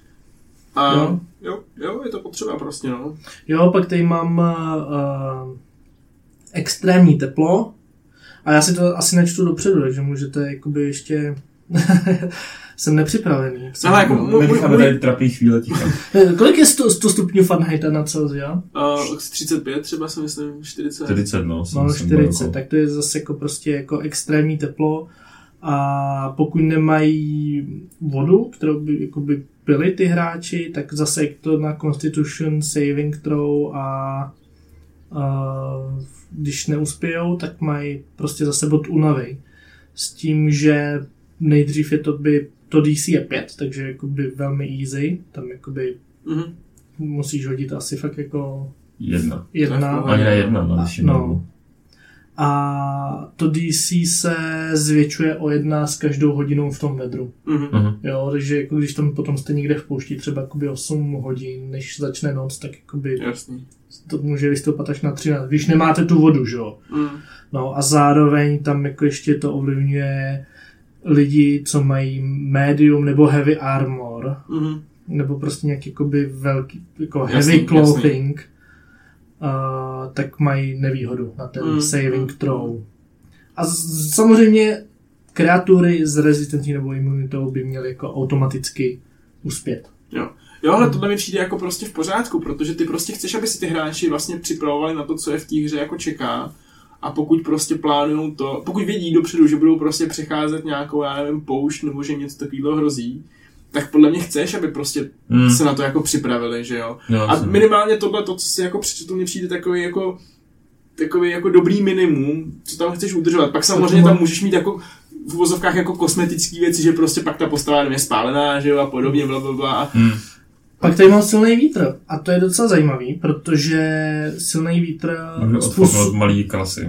A jo, jo, jo je to potřeba prostě, no. Jo, pak tady mám uh, extrémní teplo a já si to asi nečtu dopředu, takže můžete jakoby ještě... Jsem nepřipravený. Ale jako můj, můj, můj... tady trapný chvíle ticha. Kolik je sto, sto stupňů Fahrenheita na Celsia? Uh, třicet pět třeba si myslím, čtyřicet. čtyřicet, no. No, čtyřicet, tak to je zase jako prostě jako extrémní teplo a pokud nemají vodu, kterou by jakoby pili ty hráči, tak zase to na Constitution Saving Throw a, a když neuspějou, tak mají prostě zase bod únavy. S tím, že nejdřív je to by to D C je pět, takže jakoby velmi easy, tam jakoby mm-hmm. musíš hodit asi fakt jako jedna. Jedna. Ani ne jedna, no. no. A to D C se zvětšuje o jedna s každou hodinou v tom vedru. Mm-hmm. Jo, takže jako když tam potom jste někde v poušti třeba jakoby osm hodin, než začne noc, tak jakoby jasný. to může vystoupat až na třináct, když nemáte tu vodu, že jo. Mm. No a zároveň tam jako ještě to ovlivňuje lidi, co mají medium nebo heavy armor, mm. nebo prostě nějaký jakoby velký, jako jasný, heavy clothing, uh, tak mají nevýhodu na ten mm. saving throw. A z- samozřejmě kreatury s rezistencí nebo imunitou by měly jako automaticky uspět. Jo. Jo, ale tohle mi přijde jako prostě v pořádku, protože ty prostě chceš, aby si ty hráči vlastně připravovali na to, co je v té hře jako čeká. A pokud prostě plánujou to, pokud vědí dopředu, že budou prostě přecházet nějakou, já nevím, poušť, nebo že něco takového hrozí, tak podle mě chceš, aby prostě hmm. se na to jako připravili, že jo. No, a minimálně tohle, to, co si jako přečetl, mně přijde takový jako, takový jako dobrý minimum, co tam chceš udržovat. Pak samozřejmě tam můžeš mít jako v uvozovkách jako kosmetické věci, že prostě pak ta postava je spálená, že jo, a podobně, blablabla. Hmm. Pak tady mám silný vítr a to je docela zajímavý, protože silný vítr... Můžu odpoknout malý klasy.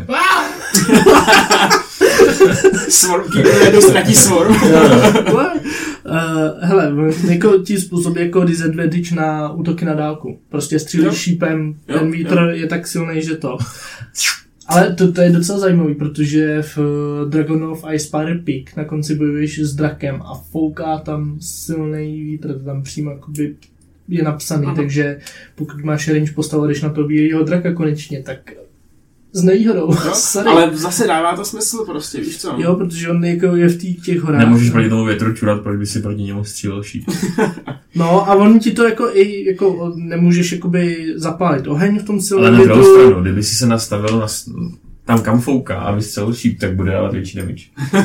Swarm, jednou ztratí Swarm. uh, hele, jako ti způsobí jako disadvantage na útoky na dálku. Prostě střílíš šípem, ten jo, vítr jo. je tak silný, že to... Ale to, to je docela zajímavý, protože v Dragon of Icespire Peak na konci bojuješ s drakem a fouká tam silný vítr, tam přímo jakoby je napsaný, aha. takže pokud máš range postavu, když na to bílýho draka konečně, tak s nevýhodou. Ale zase dává to smysl prostě, víš co? Jo, protože on jako je v tý, těch horách. Nemůžeš proti tomu větru čurat, proč by si proti němu střílel šíp. No a on ti to jako i jako nemůžeš jakoby zapálit oheň v tom silném ale na druhou stranu, kdyby si se nastavil na, tam kam fouká a vystřelil šíp, tak bude ale větší damage.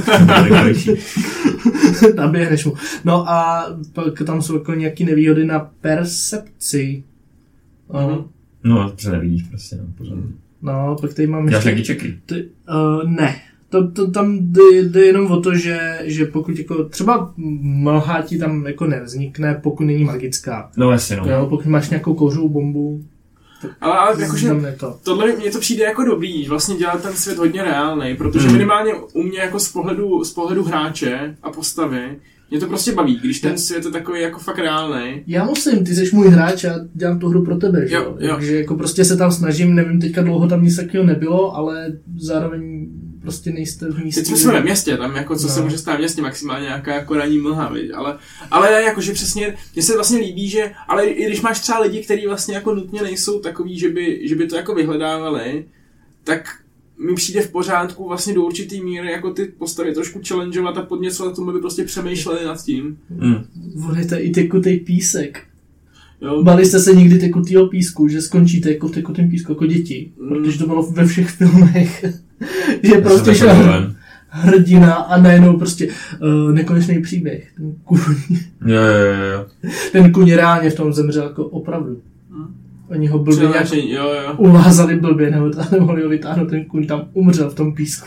Naběhneš mu. No a pak tam jsou jako nějaký nevýhody na percepci. No, no protože nevidíš prostě. No, pořádně. No, pak tady mám ještě... Děláš čeky? Ty, uh, ne. To, to, tam jde, jde jenom o to, že, že pokud jako třeba mlha ti tam jako nevznikne, pokud není magická. No jasně, no. Jo, pokud máš nějakou kouřovou bombu, tak ale, ale jakože to. Tohle mně to přijde jako dobrý, vlastně dělat ten svět hodně reálnej, protože hmm. minimálně u mě jako z pohledu, z pohledu hráče a postavy mě to prostě baví, když ten svět je takový jako fakt reálnej. Já musím, ty jsi můj hráč a dělám tu hru pro tebe, že jo? Takže jako prostě se tam snažím, nevím, teďka dlouho tam nic takového nebylo, ale zároveň prostě nejste v místě. Teď jsme ve městě, tam jako co no. se může stát v městě, maximálně nějaká jako ranní mlha, viď? Ale, ale jakože přesně, mně se vlastně líbí, že, ale i když máš třeba lidi, kteří vlastně jako nutně nejsou takový, že by, že by to jako vyhledávali, tak mi přijde v pořádku vlastně do určitý míry jako ty postavy trošku challengeovat a podněcovat tomu, aby prostě přemýšleli nad tím. Mm. Volejte i tekutej písek. Jo. Bali jste se někdy tekutýho písku, že skončíte jako v tekutém písku jako děti, mm. protože to bylo ve všech filmech. Že prostě šel hrdina a najednou prostě uh, nekonečný příběh. Ten kuň. Jo, jo, jo. Ten kuň reálně v tom zemřel jako opravdu. Mm. Oni ho blbě nějak jo, jo. uvázali blbě, nebo nemohli ho vytáhnout, ten kuň tam umřel v tom písku.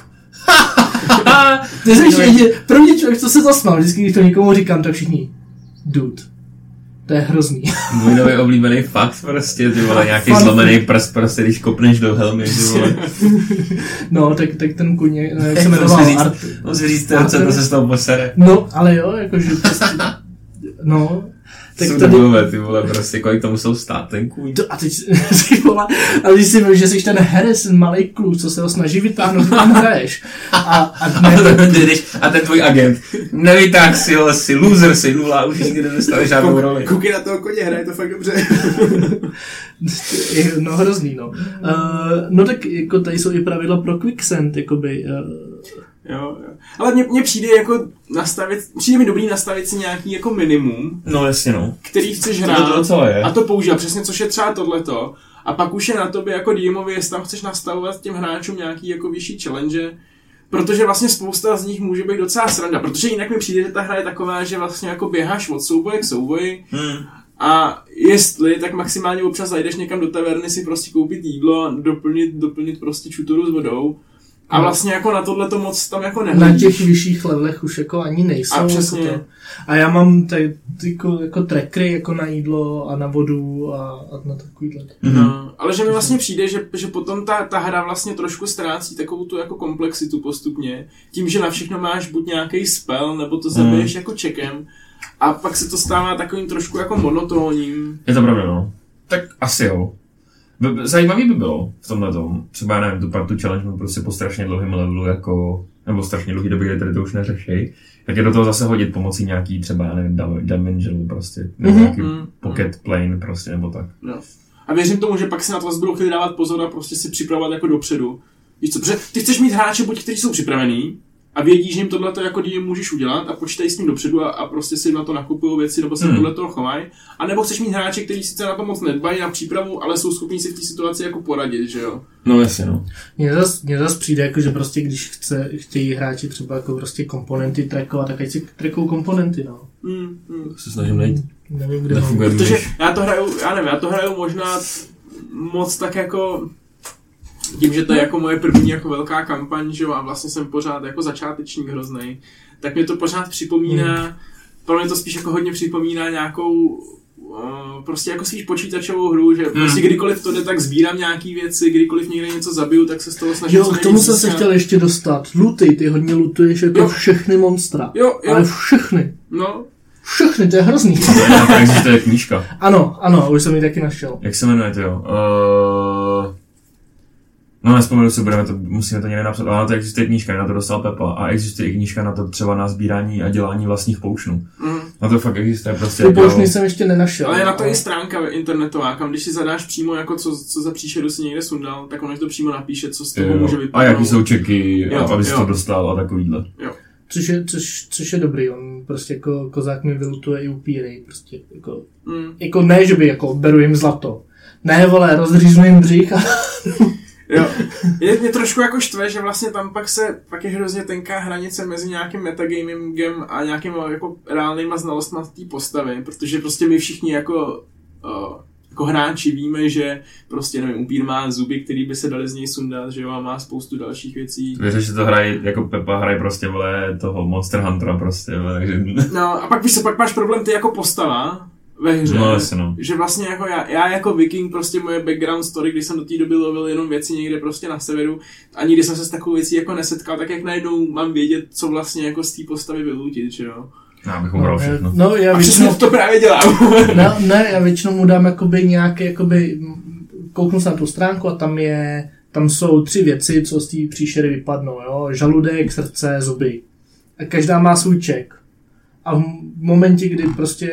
Ty jsi ještě první člověk, co se zasmál, vždycky, když to někomu říkám, tak všichni, dude, to je hrozný. Můj nový oblíbený fakt prostě, ty vole, nějaký fakt zlomený prst prostě, když kopneš do helmy, ty vole. No, tak, tak ten kuň, jak se jmenoval Arthur. Musí říct, co to se s tou posere. No, ale jo, jakože prostě, no. Tak jsou tady... takové, ty vole, prostě, kolik to musel stát, ten kůň. To, a teď si vole, ale když si víš, že jsi ten Harrison, malej kluk, co se ho snaží vytáhnout, tam hraješ. A, a, ne, a ten tvůj agent, nevytáh si ho, si loser, si nula, už nikdy nedostane žádnou Kouk, roli. Koukej na toho koně, hraje to fakt dobře. No hrozný, no. Uh, no tak jako tady jsou i pravidla pro quicksand, jakoby... Uh, Jo, jo. Ale mně, mně přijde jako nastavit, přijde mi dobrý nastavit si nějaký jako minimum. No jasně no. Který chceš hrát to je. A to používat přesně, což je třeba tohleto. A pak už je na tobě jako D M ovi, jestli tam chceš nastavovat těm hráčům nějaký jako vyšší challenge. Protože vlastně spousta z nich může být docela sranda. Protože jinak mi přijde, že ta hra je taková, že vlastně jako běháš od souboje k souboji. Hmm. A jestli, tak maximálně občas zajdeš někam do taverny si prostě koupit jídlo a doplnit, doplnit prostě čuturu s vodou. A vlastně jako na tohle to moc tam jako nehledíš. Na těch vyšších levelech už jako ani nejsou. A přesně. Jako to. A já mám tady jako, jako trackery jako na jídlo a na vodu a, a na takovýhle. Mm-hmm. No, ale že mi vlastně přijde, že, že potom ta, ta hra vlastně trošku ztrácí takovou tu jako komplexitu postupně. Tím, že na všechno máš buď nějaký spell, nebo to zabiješ mm. jako čekem. A pak se to stává takovým trošku jako monotónním. Je to pravda, no. Tak asi jo. Zajímavý by bylo v tomhle tom. Třeba, já nevím, tu partu challenge prostě po strašně dlouhém levelu jako, nebo strašně dlouhý době, kdy tady to už neřešej, tak je do toho zase hodit pomocí nějaký třeba, já nevím, dimensional prostě, nebo mm-hmm. nějaký pocket plane prostě, nebo tak. No. A věřím tomu, že pak si na to budou chtěli dávat pozor a prostě si připravovat jako dopředu. Víš co, protože ty chceš mít hráče, buď kteří jsou připravení a vědí, že jim tohleto jako D M můžeš udělat a počítají s tím dopředu a, a prostě si na to nakupují věci nebo se mm. podle toho chovají. A nebo chceš mít hráče, kteří sice na to moc nedbají na přípravu, ale jsou schopní si v té situaci jako poradit, že jo? No jasně, no. Mně zase zas přijde, jako, že prostě když chce, chtějí hráči třeba jako prostě komponenty trackovat, tak ať si trackují komponenty, no. Mm, mm. Se snažím najít. Nevím, kde mám. Protože já to hraju, já nevím, já to hraju možná moc tak jako tím, že to je jako moje první jako velká kampaň, že jo, a vlastně jsem pořád jako začátečník hroznej, tak mě to pořád připomíná, hmm. pro mě to spíš jako hodně připomíná nějakou uh, prostě jako spíš počítačovou hru, že hmm. prostě kdykoliv to jde, tak sbírám nějaký věci, kdykoliv někde něco zabiju, tak se z toho snažím. Jo, k tomu jsem se chtěl ještě dostat. Looty, ty hodně lootuješ jako jo. všechny monstra. Jo, jo. Ale všechny. No. Všechny, to je hrozný. To existuje knížka. Ano, ano, už jsem ji taky našel. Jak se jmenuje, jo? Uh... No nespomenu si, budeme to, musíme to někde napsat, ale na to existuje knížka, na to dostal Pepa a existuje i knížka na to třeba na sbírání a dělání vlastních poušnů. Mm. Na to fakt existuje prostě. Ty poušny jako... jsem ještě nenašel. Ale je na to i stránka internetová, kam když si zadáš přímo jako co, co za příšeru si někde sundal, tak on to přímo napíše, co z toho jo. může vypadat. A jaký jsou čeky, jo, aby si to dostal a takovýhle. Jo. Což je, což, což je dobrý, on prostě jako kozák mi vylutuje i upíry, prostě jako, mm. jako ne, že by jako beru jim zlato. Ne, vole, rozříznu jim břích a... Jo, je mě trošku jako štve, že vlastně tam pak se, pak je hrozně tenká hranice mezi nějakým metagamingem a nějakým jako reálnýma znalostma té postavy, protože prostě my všichni jako, uh, jako hráči víme, že prostě nevím, upír má zuby, který by se dali z něj sundat, že jo, a má spoustu dalších věcí. Věřím, že to hrají, jako Pepa hraje prostě, vole, toho Monster Huntera prostě, vole, takže... No a pak víš se, pak máš problém ty jako postava, ve hře, no, jasně, no. Že vlastně jako já, já jako viking, prostě moje background story, když jsem do té doby lovil jenom věci někde prostě na severu a nikdy jsem se s takovou věcí jako nesetkal, tak jak najednou mám vědět, co vlastně jako z té postavy vylutit, že jo. Já bych ubral všechno. No, já a většinou to právě dělám. no, ne, já většinou mu dám jakoby nějaké, jakoby, kouknu se na tu stránku a tam je, tam jsou tři věci, co z té příšery vypadnou, jo, žaludek, srdce, zuby. A každá má svůj ček. A v momentě, kdy prostě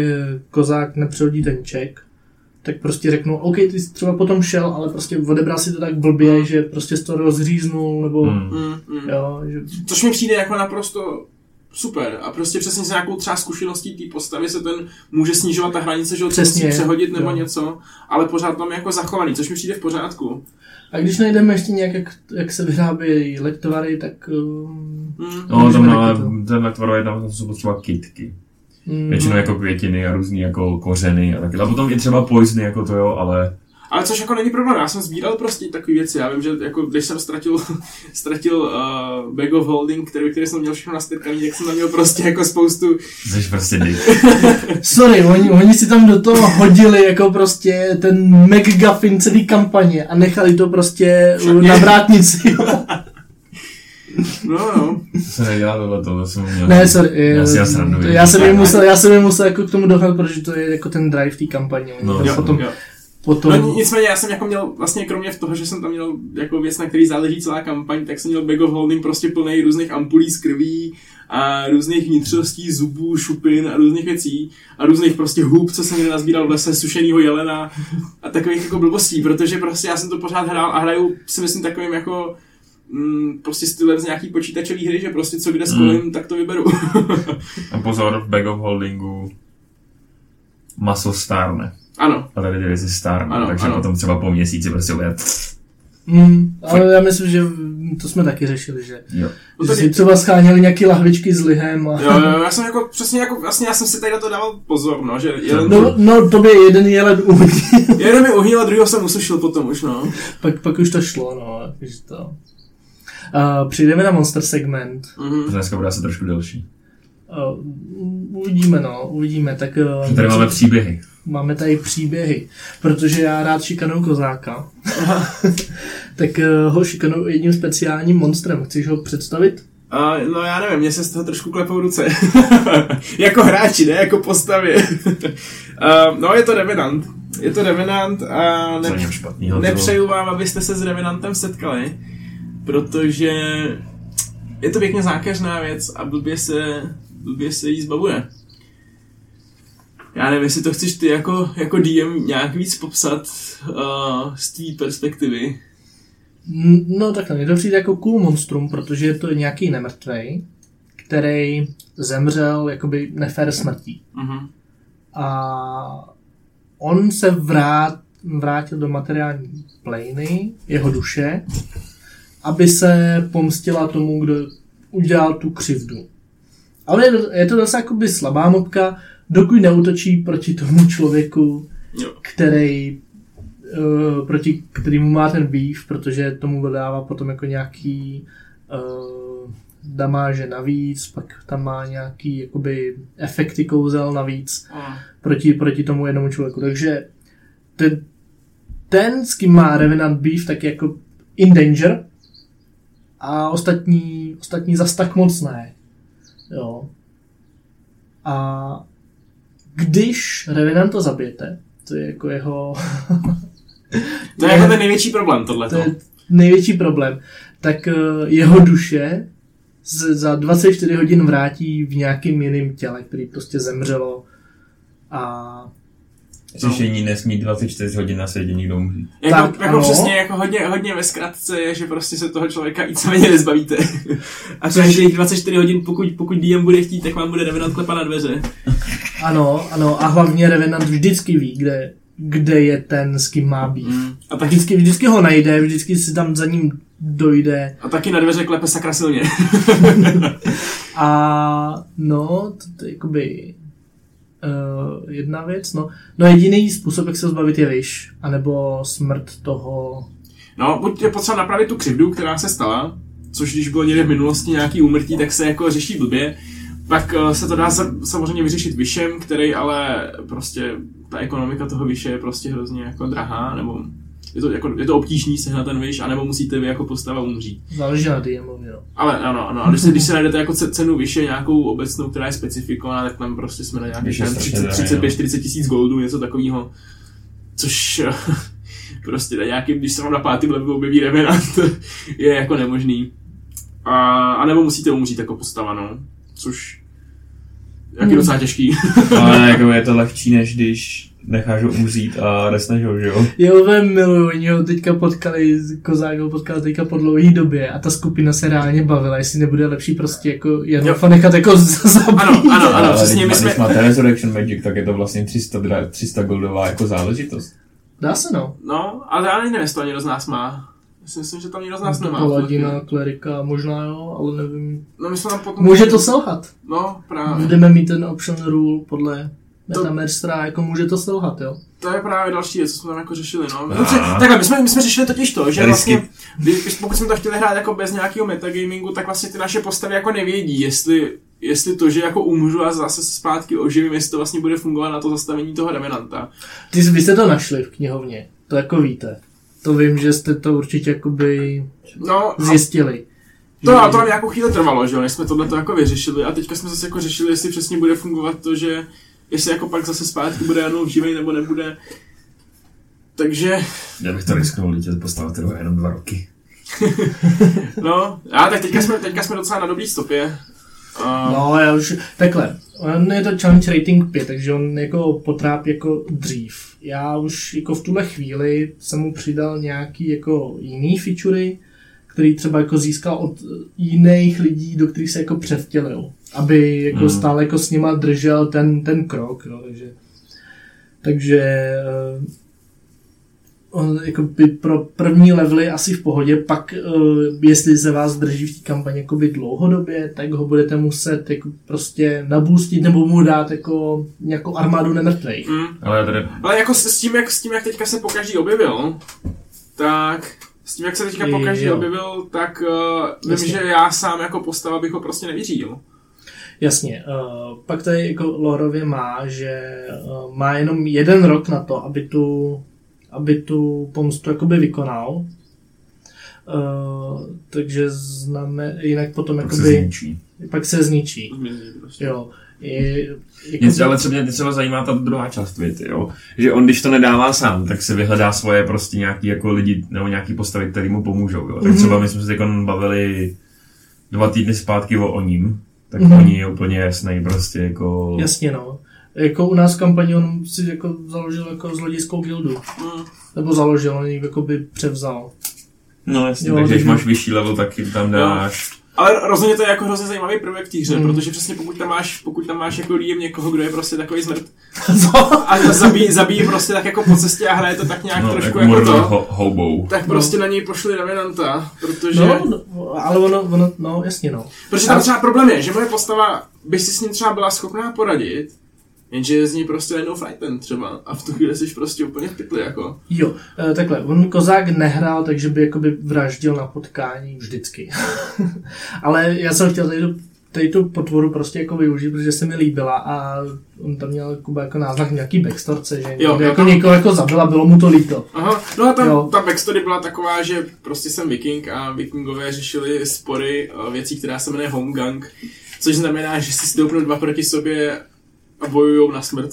kozák nepřehodí ten ček, tak prostě řeknu, OK, ty jsi třeba potom šel, ale prostě odebral si to tak blbě, mm. že prostě to rozříznul, nebo mm. Mm. jo. Že... Což mi přijde jako naprosto super. A prostě přesně s nějakou třeba zkušeností té postavy se ten může snižovat ta hranice, že ho musí přehodit nebo jo. něco, ale pořád tam je jako zachovaný, což mi přijde v pořádku. A když najdeme ještě nějak, jak, jak se vyrábějí lektvary, tak... Um, mm. No, tam ale ten lektvarový tam jsou potřeba kytky. Mm. Většinou jako květiny a různý jako kořeny a taky. A potom i třeba poisony jako to jo, ale... Ale což jako není problém, já jsem sbíral prostě takové věci, já vím, že jako když jsem ztratil, ztratil uh, Bag of Holding, který, který jsem měl všechno nastrkaný, tak jsem tam měl prostě jako spoustu... Jsi prostě dick. Sorry, oni, oni si tam do toho hodili jako prostě ten McGuffin celý kampaně a nechali to prostě Všakně. na vrátnici. No, no. To se nedělá tohleto, to jsem měl... Ne, sorry. Já si já srandu. Já jsem je musel, já jsem je musel jako k tomu dohnat, protože to je jako ten drive té kampaně. No, jo, potom, jo. Potom... No nicméně já jsem jako měl vlastně kromě v toho, že jsem tam měl jako věc, na který záleží celá kampaň, tak jsem měl Bag of Holding prostě plný různých ampulí z krví a různých vnitřností, zubů, šupin a různých věcí a různých prostě hub, co jsem někde nazbíral v lese, sušenýho jelena a takových jako blbostí, protože prostě já jsem to pořád hrál a hraju si myslím takovým jako mm, prostě stylem z nějaký počítačový hry, že prostě co kde skolím, mm. tak to vyberu. A pozor, v Bag of Holdingu maso stárne. Ano. A tady ty věci stárnou, takže ano. Potom třeba po měsíci prostě bude... Mm, ale já myslím, že to jsme taky řešili, že, jo. že tady... si třeba scháněli nějaký lahvičky s lihem. A... Jo, jo, já jsem jako přesně jako, vlastně já jsem si tady na to dával pozor, no, že jeden... No, no to by jeden jelen uhnil. Jeden mi uhnil a druhýho jsem usušil potom už, no. Pak, pak už to šlo, no, takže to... Uh, přijdeme na monster segment. Mm-hmm. Dneska bude asi trošku delší. Uh, uvidíme, no, uvidíme, tak... Uh, tady máme příběhy. Máme tady příběhy, protože já rád šikanuju kozáka. Tak uh, ho šikanuju jedním speciálním monstrem. Chceš ho představit? Uh, no já nevím, mě se z toho trošku klepou ruce. Jako hráči, ne jako postavě. uh, no je to Revenant. Je to Revenant a ne, špatnýho, nepřeju vám, abyste se s Revenantem setkali, protože je to pěkně zákeřná věc a blbě se, blbě se jí zbavuje. Já nevím, jestli to chceš ty jako, jako D M nějak víc popsat uh, z tvý perspektivy. No takhle, mě to přijde jako cool monstrum, protože je to nějaký nemrtvej, který zemřel jakoby nefér smrtí. Uh-huh. A on se vrát, vrátil do materiální plejny, jeho duše, aby se pomstila tomu, kdo udělal tu křivdu. Ale je to zase jakoby slabá mobka, dokud neútočí proti tomu člověku, jo. který uh, proti kterému má ten beef, protože tomu dodává potom jako nějaký uh, damáže navíc, pak tam má nějaký jakoby efekty kouzel navíc mm. proti, proti tomu jednomu člověku. Takže ten, ten, s kým má Revenant beef, tak je jako in danger a ostatní, ostatní zas tak moc ne. Jo. A když Revenanta zabijete, to je jako jeho... to je jako ten největší problém, tohleto. To je největší problém. Tak uh, jeho duše z, za dvacet čtyři hodin vrátí v nějakým jiném těle, který prostě zemřelo a... Řešení no. Nesmí dvacet čtyři hodin na světě nikdo umřít. Jako, tak, jako přesně, jako hodně, hodně ve zkratce je, že prostě se toho člověka víceméně nezbavíte. A těch dvacet čtyři hodin, pokud, pokud D M bude chtít, tak vám bude Revenant klepat na dveře. Ano, ano, a hlavně Revenant vždycky ví, kde, kde je ten, s kým má být. Mm. A tak vždycky, vždycky ho najde, vždycky si tam za ním dojde. A taky na dveře klepe sakra silně. A no, to, to je jakoby... Uh, jedna věc, no. No jediný způsob, jak se zbavit, je viš, anebo smrt toho... No, buď je potřeba napravit tu křivdu, která se stala, což když bylo někde v minulosti nějaký úmrtí, tak se jako řeší blbě. Pak uh, se to dá samozřejmě vyřešit vyšem, který ale prostě ta ekonomika toho vyše je prostě hrozně jako drahá, nebo je to, jako, je to obtížný sehnat ten vyš, anebo musíte vy jako postava umřít. Záleží na D M ovi, no. Ale ano, ano, a když se, když se najdete jako cenu vyše nějakou obecnou, která je specifikovaná, tak tam prostě jsme na nějakých třicet pět čtyřicet tisíc goldů, něco takového, což prostě na nějakým, když se vám na pátým levelu objeví Revenant, je jako nemožný. A, a nebo musíte umřít jako postava, no, což jak je docela těžký. Ale jako je to lehčí, než když necháš ho umřít a resneš ho, že jo? Jo, ve miluju, oni ho teďka potkali, Kozák ho potkal teďka po dlouhý době a ta skupina se reálně bavila, jestli nebude lepší prostě jako Jarnofa nechat jako zabít. Ano, ano, ano, přesně. Když, když máte Resurrection Magic, tak je to vlastně tři sta goldová jako záležitost. Dá se, no. No, ale já nevím, jestli to někdo z nás má. Já si myslím, že tam někdo z nás no, nemá. Paladina, klerika, možná jo, ale nevím. No, my jsme tam potom... Může to selhat. No, právě. Budeme mít ten option rule podle Metamerstra, jako může to selhat, jo. To je právě další věc, co jsme tam jako řešili, no. Dobře, takhle, my jsme, my jsme řešili totiž to, že vlastně, když, pokud jsme to chtěli hrát jako bez nějakého metagamingu, tak vlastně ty naše postavy jako nevědí, jestli, jestli to, že jako umřu a zase se zpátky oživím, jestli to vlastně bude fungovat na to zastavení toho Revenanta. Ty, vy jste to našli v knihovně, to jako víte. To vím, že jste to určitě jakoby no, zjistili. To, že... to nám nějakou chvíli trvalo, že jo, než jsme tohleto jako vyřešili a teďka jsme zase jako řešili, jestli přesně bude fungovat to, že jestli jako pak zase zpátky bude jenom živej nebo nebude. Takže... Já bych to risknul, že postava trvá jenom dva roky. No, a tak teďka jsme, teďka jsme docela na dobrý stopě. Uh... No, já už, takhle, on je to challenge rating pět, takže on jako potrápí jako dřív. Já už jako v tuhle chvíli jsem mu přidal nějaký jako jiný featurey, který třeba jako získal od jiných lidí, do kterých se jako převtělil, aby jako hmm. stále jako s nima držel ten, ten krok, jo, takže takže uh, on jako by pro první levely asi v pohodě, pak uh, jestli se vás drží v té kampani jakoby dlouhodobě, tak ho budete muset jako prostě nabustit nebo mu dát jako nějakou armádu nemrtvejch. Hmm. Ale, tady... Ale jako s tím, jak, s tím, jak teďka se pokaždý objevil, tak s tím, jak se teďka pokaždý objevil, tak uh, vím, že já sám jako postava bych ho prostě nevyřídil. Jasně. Uh, pak tady jako lorově má, že uh, má jenom jeden rok na to, aby tu, aby tu pomstu jakoby vykonal. Uh, takže znamená, jinak potom pak jakoby... Se zničí. Pak se zničí. Zmizí prostě. Jo. Je, jako... Něco, ale co mě třeba zajímá ta druhá část věty, jo? Že on, když to nedává sám, tak si vyhledá svoje prostě nějaký jako lidi nebo nějaký postavy, který mu pomůžou, jo? Tak třeba my jsme se teď bavili dva týdny zpátky o ním, tak mm-hmm. oni je úplně jasný prostě jako... Jasně, no. Jako u nás v kampani on si jako založil jako zlodějskou gildu. Mm. Nebo založil, on ji jako by převzal. No jasně, jo, takže když máš vyšší level, tak jim tam dáš... No. Ale rozhodně to je jako hrozně zajímavý prvek v té hře, mm. protože přesně pokud tam máš, pokud tam máš jako líjem někoho, kdo je prostě takový zmrt a zabíjí, zabíjí prostě tak jako po cestě a hraje to tak nějak no, trošku jako, jako to, ho, hobou. tak prostě no. na něj pošli Revenanta, protože... No, no, ale ono, ono, no jasně no. Protože tam třeba problém je, že moje postava by si s ním třeba byla schopná poradit, jenže je z ní prostě jednou frightened třeba a v tu chvíli jsi prostě úplně v pytli jako. Jo, takhle, on Kozák nehrál, takže by jakoby vraždil na potkání vždycky. Ale já jsem chtěl tady tu, tady tu potvoru prostě jako využít, protože se mi líbila a on tam měl Kuba jako náznak nějaký backstorce, že jo, jako tam... někoho jako zabila, bylo mu to líto. Aha, no a tam, ta backstory byla taková, že prostě jsem viking a vikingové řešili spory věcí, která se jmenuje Homegang, což znamená, že si stoupnou dva proti sobě a bojujou na smrt.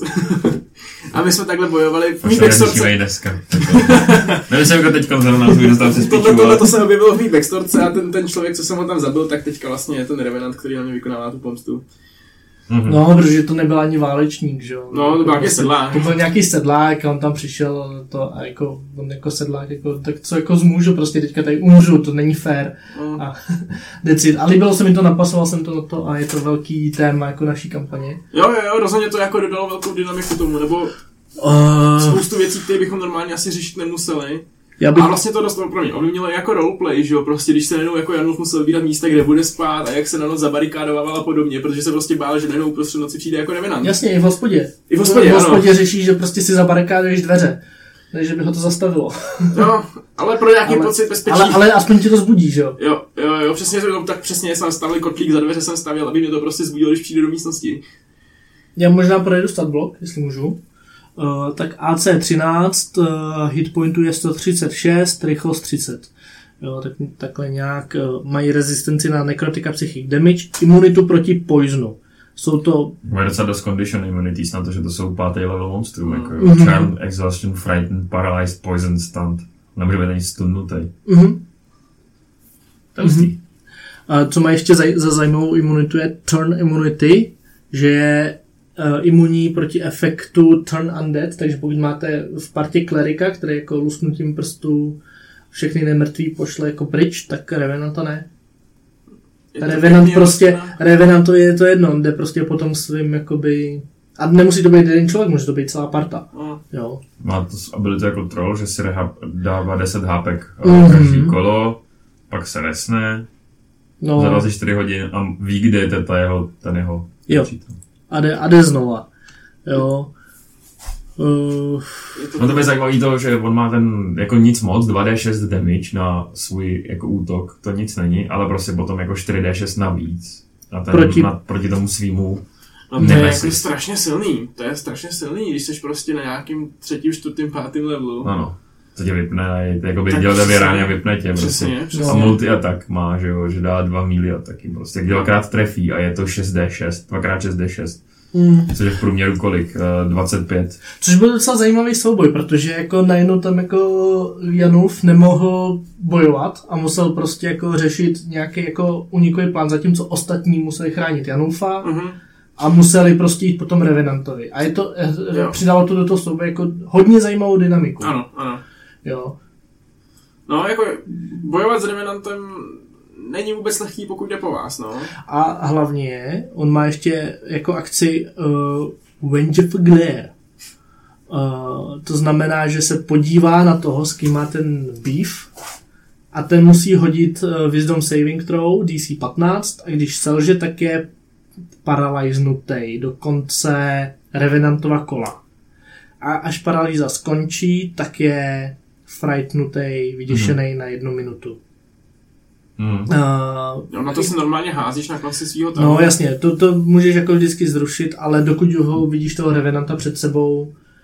A my jsme takhle bojovali v mý backstorce. dneska. Nevím, jako teďka zrovna svůj dostal přes piču. Tohle to se objevilo v mý backstorce a ten, ten člověk, co jsem ho tam zabil, tak teďka vlastně je ten Revenant, který na mě vykonává tu pomstu. Mm-hmm. No, protože to nebyl ani válečník, že jo. No, to byl nějaký sedlák. To byl nějaký sedlák a on tam přišel to a jako, on jako sedlák, jako, tak co jako zmůžu, prostě teďka tady umřu, to není fér. Mm. A decid. A líbilo se mi to, napasoval jsem to na to a je to velký téma jako naší kampaně. Jo, jo, jo, rozhodně to jako dodalo velkou dynamiku tomu, nebo uh... spoustu věcí, které bychom normálně asi řešit nemuseli. Já bych... A vlastně to dost pro mě ovlivnilo jako roleplay, že jo, prostě když se najednou jako Janulf musel vybírat místa, kde bude spát a jak se na noc zabarikádovával a podobně, protože se prostě bál, že najednou uprostřed noci přijde jako Revenant. Jasně, i v hospodě. I v hospodě, v hospodě řeší, že prostě si zabarikáduješ dveře, takže by ho to zastavilo. No, ale pro nějaký ale, pocit bezpečí. Ale, ale aspoň ti to zbudí, že jo? Jo, jo, jo, přesně, tak přesně jsem stavil kotlík za dveře, jsem stavil, aby mě to prostě zbudilo, když přijde do místnosti. Já možná projdu statblock, jestli můžu. Uh, tak A C třináct, uh, hitpointu je sto třicet šest, rychlost třicet. Jo, tak, takhle nějak uh, mají rezistenci na necrotic a psychic damage, imunitu proti poisonu. Jsou to... Mají docela dost condition immunities na to, že to jsou pátý level monstrů, mm. jako mm-hmm. Charm, Exhaustion, Frightened, Paralyzed, Poison, Stunned. Nemůže být ani stunnutý. Mm-hmm. To je mm-hmm. uh, Co má ještě za, za zajímavou imunitu je Turn Immunity, že je Uh, imunní proti efektu Turn Undead, takže pokud máte v partě klerika, který jako lusknutím prstů všechny nemrtví pošle jako pryč, tak Revenanta ne. Revenant prostě, Revenantu je to jedno, on jde prostě potom svým jakoby... A nemusí to být jeden člověk, může to být celá parta. Mm. Jo. Má to ability jako troll, že si reha, dává deset hápek mm-hmm. každý kolo, pak se resne no. za dvacet čtyři hodin a ví, kde je ten jeho, ten jeho jo. přítel. A jde, a jde znova. Jo. Uh... No to by zajímavý to, že on má ten jako nic moc, dva dé šest damage na svůj jako útok, to nic není, ale prostě potom jako čtyři dé šest navíc. Na ten, proti... Na, proti tomu svýmu no to je jako strašně silný, to je strašně silný, když jsi prostě na nějakým třetím, čtvrtým, pátým levelu. Ano. To tě vypne a je, jako by dělal dvě rány a vypne tě. Přesně, prostě. přesně. A multi-attack má, že jo, že dá dva míly ataky. Prostě dvakrát trefí a je to šest dé šest, dvakrát šest dé šest. Mm. Což je v průměru kolik? dvacet pět. Což byl docela zajímavý souboj, protože jako najednou tam jako Janulf nemohl bojovat a musel prostě jako řešit nějaký jako unikový plán, zatímco ostatní museli chránit Janulfa. Mm-hmm. A museli prostě jít potom Revenantovi. A je to, jo. přidalo to do toho souboje jako hodně zajímavou dynamiku. Ano, ano. Jo. No, jako bojovat s Revenantem není vůbec lehký, pokud jde po vás, no. A hlavně, on má ještě jako akci uh, Vengeful Glare. Uh, to znamená, že se podívá na toho, s kým má ten beef a ten musí hodit uh, Wisdom Saving Throw D C patnáct a když selže, tak je paralyznutý do konce Revenantova kola. A až paralýza skončí, tak je frightnutý, vyděšený mm. na jednu minutu. Mm. Uh, no, na to si normálně házíš na konci svýho toho. No jasně, to, to můžeš jako vždycky zrušit, ale dokud ho vidíš toho Revenanta před sebou,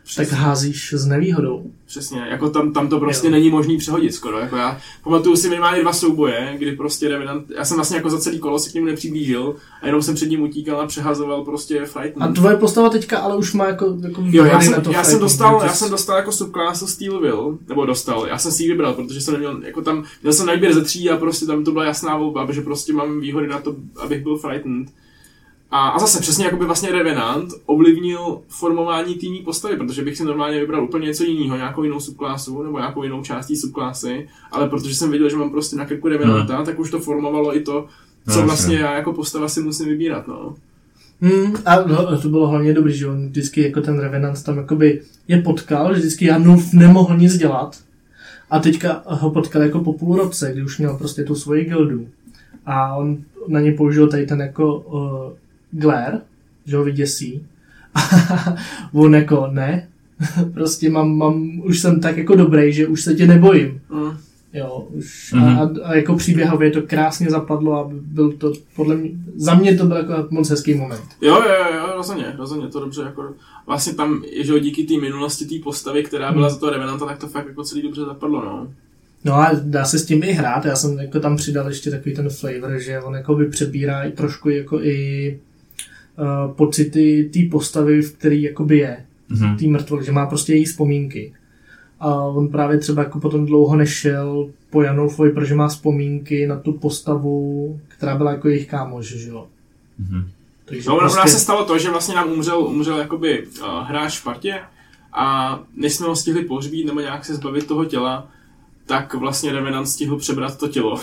tak házíš s nevýhodou. Přesně, jako tam, tam to prostě jo. není možný přehodit skoro, jako já pamatuju si minimálně dva souboje, kdy prostě Revenant, já jsem vlastně jako za celý kolo se k němu nepřiblížil a jenom jsem před ním utíkal a přehazoval prostě Frightened. A tvoje postava teďka ale už má jako, jako jo, já jsem, na to já Frightened, jsem dostal, jsi... já jsem dostal jako subklásu Steel Will, nebo dostal, já jsem si ji vybral, protože jsem neměl, jako tam, měl jsem na výběr ze tří a prostě tam to byla jasná volba, že prostě mám výhody na to, abych byl Frightened. A, a zase přesně jako by vlastně Revenant ovlivnil formování týmní postavy, protože bych si normálně vybral úplně něco jiného, nějakou jinou subklásu nebo nějakou jinou částí subklásy, ale protože jsem věděl, že mám prostě na krku Revenanta, no. tak už to formovalo i to, co no, vlastně já jako postava si musím vybírat, no. Hmm, a no, to bylo hlavně dobrý, že on vždycky jako ten Revenant tam jakoby je potkal, že vždycky Janův nemohl nic dělat a teďka ho potkal jako po půl roce, kdy už měl prostě tu svoji gildu a on na ně použil tady ten jako uh, glare, že ho vyděsí. On jako ne, prostě mám, mám, už jsem tak jako dobrý, že už se tě nebojím. Mm. Jo, už mm-hmm. a, a jako příběhově to krásně zapadlo a byl to podle mě, za mě to byl jako moc hezký moment. Jo, jo, jo, rozhodně, rozhodně to dobře, jako vlastně tam, že díky té minulosti té postavy, která byla mm. za toho Revenanta, tak to fakt jako celý dobře zapadlo, no. No a dá se s tím i hrát, já jsem jako tam přidal ještě takový ten flavor, že on jako by přebírá i trošku jako i Uh, pocity té postavy, v který jakoby je, mm-hmm. tý mrtvol, že má prostě její vzpomínky. A on právě třeba jako potom dlouho nešel po Janulfovi, protože má vzpomínky na tu postavu, která byla jako jejich kámoš, že jo. Mm-hmm. Takže no, prostě... se stalo to, že vlastně nám umřel, umřel jakoby uh, hráč v partě a než jsme ho stihli pohřbít nebo nějak se zbavit toho těla, tak vlastně Revenant stihl přebrat to tělo.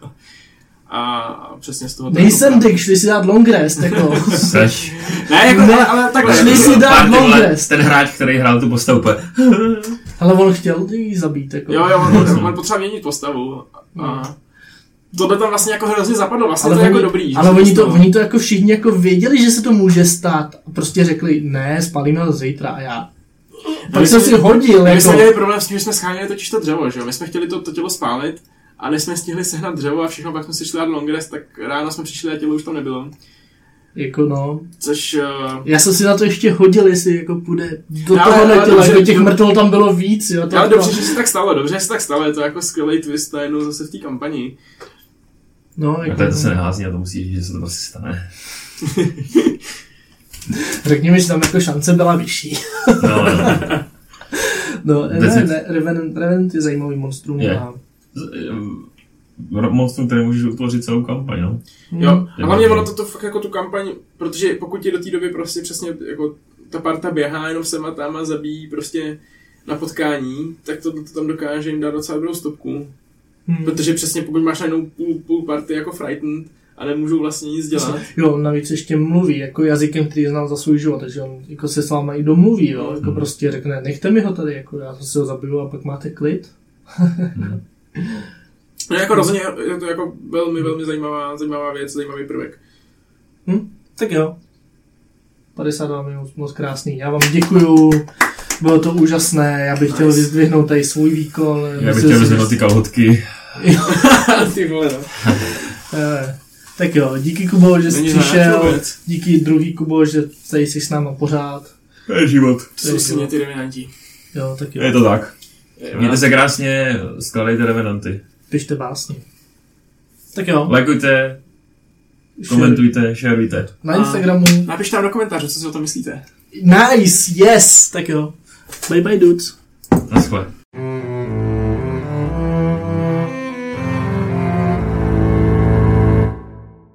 A přesně z toho... Nejsem dick, šli si dát long rest, jako... Seš. Ne, jako, ne, ale takhle... Šli si dát long rest. Ten hráč, který hrál tu postavu. Ale on chtěl jí zabít, jako... Jo, jo, on, on potřeba měnit postavu. A to by tam vlastně jako hrozně zapadlo, vlastně ale to je oni, jako dobrý. Ale oni to, oni to jako všichni jako věděli, že se to může stát. A prostě řekli, ne, spalíme ho zítra a já... Pak jsem si hodil, my jako... My jsme měli problém s tím, že jsme scháněli totiž to dřevo, že jo? My jsme chtěli to, to tělo spálit, a než jsme stihli sehnat dřevo a všechno, pak jsme si šli dát long rest, tak ráno jsme přišli a tělo už tam nebylo. Jako no. Což... Uh... Já jsem si na to ještě hodil, jestli jako půjde do no, toho netěla, jako těch mrtvol tam bylo víc, jo. Ale dobře, že se tak stalo, dobře, že se tak stalo, je to jako skvělý twist najednou zase v té kampani. No, jako... A to se nehází, a to musí říct, že se to prostě stane. Řekněme, že tam jako šance byla vyšší. No, no. No, ne, ne, Revenant, Revenant je zajímavý monstrum. Je. A... Monstrum, který můžeš utvořit celou kampaň, no. Jo, a hlavně ono to, to fakt jako tu kampaň, protože pokud je do té doby prostě přesně jako ta parta běhá jenom sem a tam a zabíjí prostě na potkání, tak to, to tam dokáže jim dát docela dobrou stopku. Hmm. Protože přesně pokud máš najednou půl, půl party jako Frightened a nemůžou vlastně nic dělat. Jo, navíc ještě mluví jako jazykem, který znal za svůj život, takže on jako se s váma i domluví, jo, hmm. jako prostě řekne, nechte mi ho tady, jako já si ho zabiju a pak máte klid. hmm. No jako rozhodně je to jako velmi, velmi zajímavá, zajímavá věc, zajímavý prvek. Hm? Tak jo. padesát dva minut, moc krásný. Já vám děkuju, bylo to úžasné, já bych nice. chtěl vyzdvihnout tady svůj výkon. Já bych chtěl vyzdvihnout ty kalhotky. Ty vole, no. Tak jo, díky Kubo, že jsi přišel, díky druhý Kubo, že tady jsi s náma pořád. To je život. To jsou si mě ty revenanti. Jo, tak jo. Je to tak. Mějte se krásně, skladejte revenanty. Pište básně. Tak jo. Lajkujte, komentujte, šerujte. Na Instagramu. Napište tam do komentářů, co si o tom myslíte. Nice, yes. Tak jo. Bye bye dudes. Naschle.